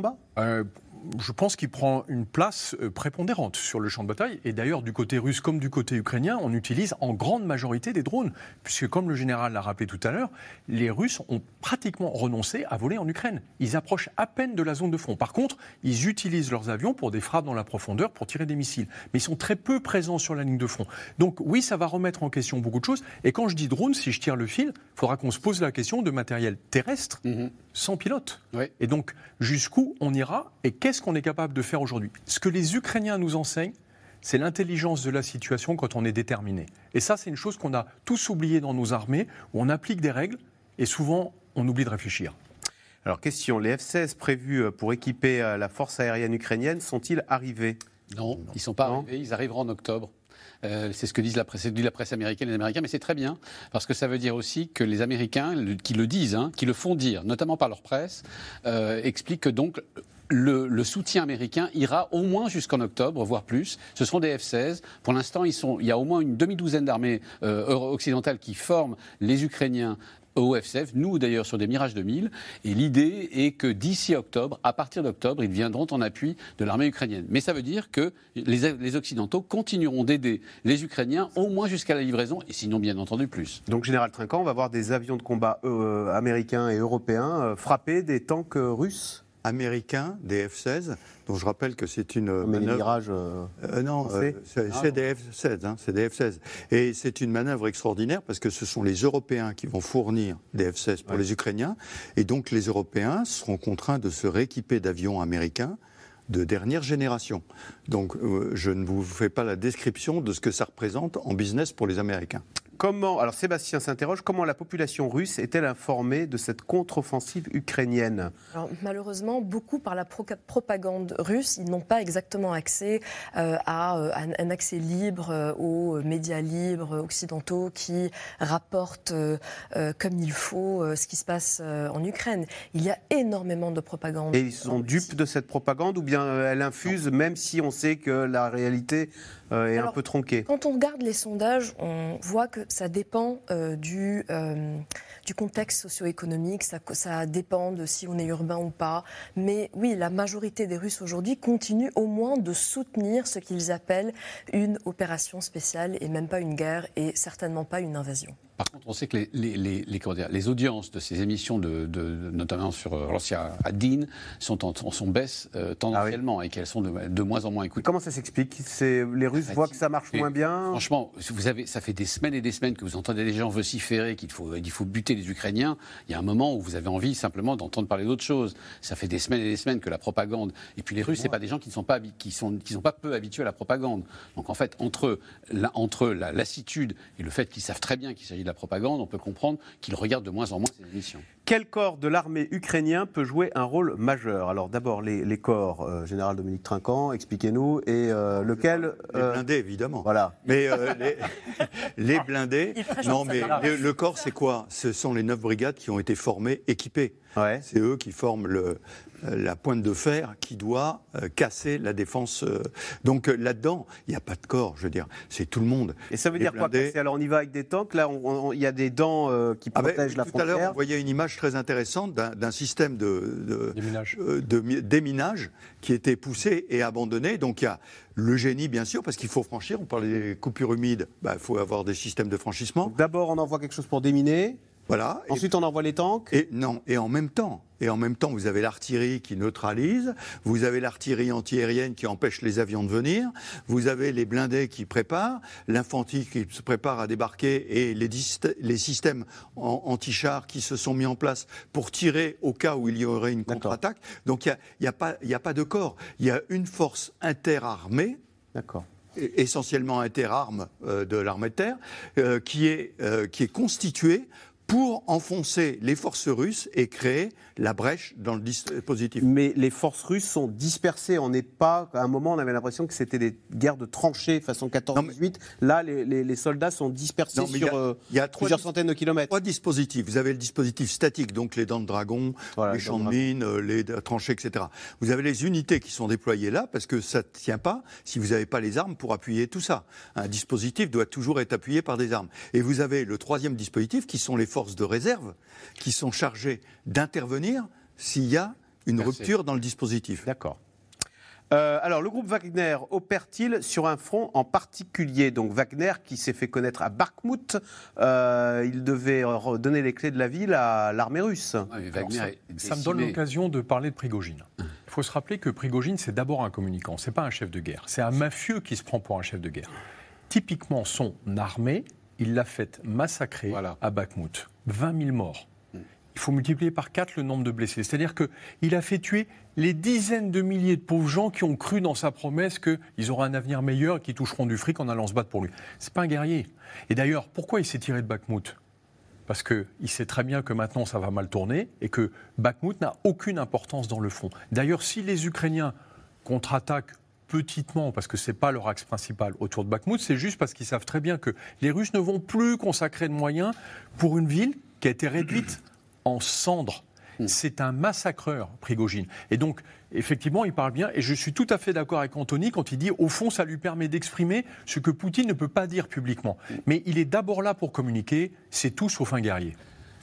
Je pense qu'il prend une place prépondérante sur le champ de bataille. Et d'ailleurs, du côté russe comme du côté ukrainien, on utilise en grande majorité des drones. Puisque, comme le général l'a rappelé tout à l'heure, les Russes ont pratiquement renoncé à voler en Ukraine. Ils approchent à peine de la zone de front. Par contre, ils utilisent leurs avions pour des frappes dans la profondeur, pour tirer des missiles. Mais ils sont très peu présents sur la ligne de front. Donc oui, ça va remettre en question beaucoup de choses. Et quand je dis drone, si je tire le fil, il faudra qu'on se pose la question de matériel terrestre sans pilote. Et donc, jusqu'où on ira et qu'est-ce qu'on est capable de faire aujourd'hui ? Ce que les Ukrainiens nous enseignent, c'est l'intelligence de la situation quand on est déterminé. Et ça, c'est une chose qu'on a tous oublié dans nos armées, où on applique des règles et souvent, on oublie de réfléchir. Alors, question, les F-16 prévus pour équiper la force aérienne ukrainienne sont-ils arrivés ? Non, ils ne sont pas arrivés, ils arriveront en octobre. C'est ce que dit la presse américaine et les Américains, mais c'est très bien, parce que ça veut dire aussi que les Américains, qui le disent, qui le font dire, notamment par leur presse, expliquent que donc le soutien américain ira au moins jusqu'en octobre, voire plus. Ce seront des F-16. Pour l'instant, il y a au moins une demi-douzaine d'armées occidentales qui forment les Ukrainiens au F-16, nous d'ailleurs sur des Mirage 2000, et l'idée est que d'ici octobre, à partir d'octobre, ils viendront en appui de l'armée ukrainienne. Mais ça veut dire que les Occidentaux continueront d'aider les Ukrainiens au moins jusqu'à la livraison, et sinon bien entendu plus. Donc Général Trinquant, on va voir des avions de combat américains et européens frapper des tanks russes américains, des F-16, dont je rappelle que c'est une manœuvre... Les Mirages non, c'est des F-16, c'est des F-16. Et c'est une manœuvre extraordinaire parce que ce sont les Européens qui vont fournir des F-16 pour les Ukrainiens. Et donc les Européens seront contraints de se rééquiper d'avions américains de dernière génération. Donc je ne vous fais pas la description de ce que ça représente en business pour les Américains. Alors Sébastien s'interroge, comment la population russe est-elle informée de cette contre-offensive ukrainienne ? Alors, malheureusement, beaucoup par la propagande russe, ils n'ont pas exactement accès à un accès libre aux médias libres occidentaux qui rapportent comme il faut ce qui se passe en Ukraine. Il y a énormément de propagande. Et ils sont dupes de cette propagande ou bien elle infuse même si on sait que la réalité est un peu tronquée ? Quand on regarde les sondages, on voit que ça dépend du contexte socio-économique, ça dépend de si on est urbain ou pas. Mais oui, la majorité des Russes aujourd'hui continuent au moins de soutenir ce qu'ils appellent une opération spéciale et même pas une guerre et certainement pas une invasion. Par contre, on sait que les audiences de ces émissions, notamment sur Russia à DIN, sont en baisse tendanciellement et qu'elles sont de moins en moins écoutées. Comment ça s'explique? Les Russes voient que ça marche moins bien? Franchement, ça fait des semaines et des semaines que vous entendez des gens vociférer qu'il faut buter les Ukrainiens. Il y a un moment où vous avez envie simplement d'entendre parler d'autre chose. Ça fait des semaines et des semaines que la propagande... Et puis les Russes, c'est pas des gens qui ne sont pas peu habitués à la propagande. Donc en fait, entre la lassitude et le fait qu'ils savent très bien qu'il s'agit de la propagande, on peut comprendre qu'ils regardent de moins en moins ces émissions. Quel corps de l'armée ukrainien peut jouer un rôle majeur? Alors d'abord les corps, Général Dominique Trinquant, expliquez-nous, et lequel... Les blindés, évidemment. Voilà. Mais les blindés... Non, mais le corps, c'est quoi? Ce sont les 9 brigades qui ont été formées, équipées. Ouais. C'est eux qui forment la pointe de fer qui doit casser la défense. Donc là-dedans, il n'y a pas de corps, je veux dire, c'est tout le monde. Et ça veut dire quoi casser? Alors on y va avec des tanks, là il y a des dents qui protègent la frontière. Tout à l'heure, vous voyez une image très intéressante d'un système de déminage qui était poussé et abandonné. Donc il y a le génie, bien sûr, parce qu'il faut franchir. On parlait des coupures humides, il faut avoir des systèmes de franchissement. Donc, d'abord, on envoie quelque chose pour déminer. Voilà. Ensuite, on envoie les tanks. Et en même temps, vous avez l'artillerie qui neutralise, vous avez l'artillerie antiaérienne qui empêche les avions de venir, vous avez les blindés qui préparent, l'infanterie qui se prépare à débarquer et les systèmes anti-chars qui se sont mis en place pour tirer au cas où il y aurait une contre-attaque. Donc il n'y a pas de corps. Il y a une force interarmée. D'accord. Essentiellement interarmes de l'armée de terre, qui est constituée pour enfoncer les forces russes et créer la brèche dans le dispositif. Mais les forces russes sont dispersées. On n'est pas... À un moment, on avait l'impression que c'était des guerres de tranchées façon 14-18. Là, les soldats sont dispersés sur plusieurs centaines de kilomètres. 3 dispositifs. Vous avez le dispositif statique, donc les dents de dragon, les champs de mines, les tranchées, etc. Vous avez les unités qui sont déployées là, parce que ça ne tient pas si vous n'avez pas les armes pour appuyer tout ça. Un dispositif doit toujours être appuyé par des armes. Et vous avez le 3e dispositif, qui sont les forces de réserve, qui sont chargées d'intervenir s'il y a une rupture dans le dispositif. D'accord. Alors, le groupe Wagner opère-t-il sur un front en particulier? Donc Wagner, qui s'est fait connaître à Bakhmout, il devait donner les clés de la ville à l'armée russe. Ça me donne l'occasion de parler de Prigojine. Il faut se rappeler que Prigojine, c'est d'abord un communicant, c'est pas un chef de guerre. C'est un mafieux qui se prend pour un chef de guerre. Typiquement, son armée, il l'a fait massacrer à Bakhmout. 20 000 morts. Il faut multiplier par 4 le nombre de blessés. C'est-à-dire qu'il a fait tuer les dizaines de milliers de pauvres gens qui ont cru dans sa promesse qu'ils auraient un avenir meilleur et qu'ils toucheront du fric en allant se battre pour lui. C'est pas un guerrier. Et d'ailleurs, pourquoi il s'est tiré de Bakhmout? Parce qu'il sait très bien que maintenant ça va mal tourner et que Bakhmout n'a aucune importance dans le front. D'ailleurs, si les Ukrainiens contre-attaquent petitement, parce que ce n'est pas leur axe principal autour de Bakhmout, c'est juste parce qu'ils savent très bien que les Russes ne vont plus consacrer de moyens pour une ville qui a été réduite en cendres. C'est un massacreur, Prigojine. Et donc, effectivement, il parle bien, et je suis tout à fait d'accord avec Anthony quand il dit, au fond, ça lui permet d'exprimer ce que Poutine ne peut pas dire publiquement. Mais il est d'abord là pour communiquer, c'est tout sauf un guerrier.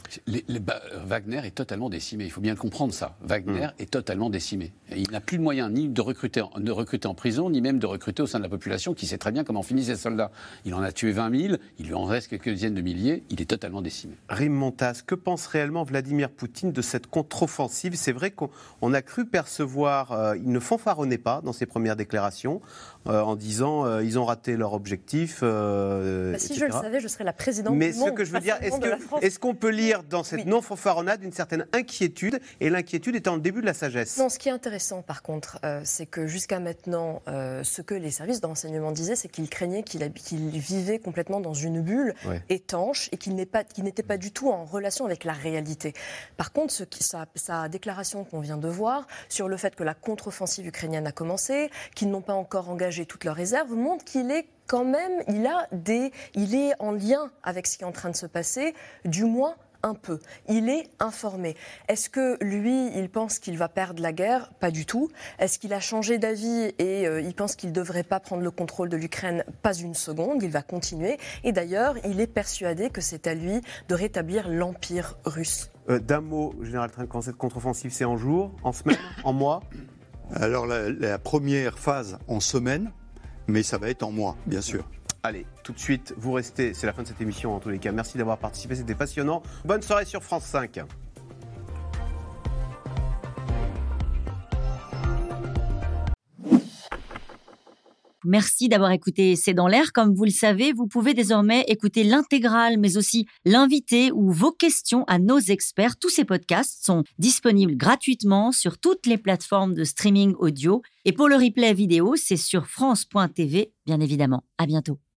Wagner est totalement décimé, il faut bien le comprendre ça. Wagner est totalement décimé. Et il n'a plus de moyens ni de recruter en prison, ni même de recruter au sein de la population qui sait très bien comment finissent ces soldats. Il en a tué 20 000, il lui en reste quelques dizaines de milliers, il est totalement décimé. Rim Montas, que pense réellement Vladimir Poutine de cette contre-offensive? C'est vrai qu'on a cru percevoir, il ne fanfaronnait pas dans ses premières déclarations, en disant ils ont raté leur objectif. Si je le savais, je serais la présidente du monde. Mais ce que je veux dire, est-ce qu'on peut lire dans cette non-fanfaronnade une certaine inquiétude, et l'inquiétude étant le début de la sagesse? Non, ce qui est intéressant par contre, c'est que jusqu'à maintenant, ce que les services de renseignement disaient, c'est qu'ils craignaient qu'il vivait complètement dans une bulle étanche et qu'il n'était pas du tout en relation avec la réalité. Par contre, sa déclaration qu'on vient de voir sur le fait que la contre-offensive ukrainienne a commencé, qu'ils n'ont pas encore engagé toutes leurs réserves, montre qu'il est quand même, il est en lien avec ce qui est en train de se passer, du moins un peu. Il est informé. Est-ce que lui, il pense qu'il va perdre la guerre? Pas du tout. Est-ce qu'il a changé d'avis et il pense qu'il ne devrait pas prendre le contrôle de l'Ukraine? Pas une seconde. Il va continuer. Et d'ailleurs, il est persuadé que c'est à lui de rétablir l'empire russe. D'un mot, Général Trinquant, cette contre-offensive, c'est en jours, en semaines, en mois? Alors, la première phase en semaine, mais ça va être en mois, bien sûr. Allez, tout de suite, vous restez. C'est la fin de cette émission en tous les cas. Merci d'avoir participé, c'était passionnant. Bonne soirée sur France 5. Merci d'avoir écouté C'est dans l'air. Comme vous le savez, vous pouvez désormais écouter l'intégrale, mais aussi l'invité ou vos questions à nos experts. Tous ces podcasts sont disponibles gratuitement sur toutes les plateformes de streaming audio. Et pour le replay vidéo, c'est sur France.tv, bien évidemment. À bientôt.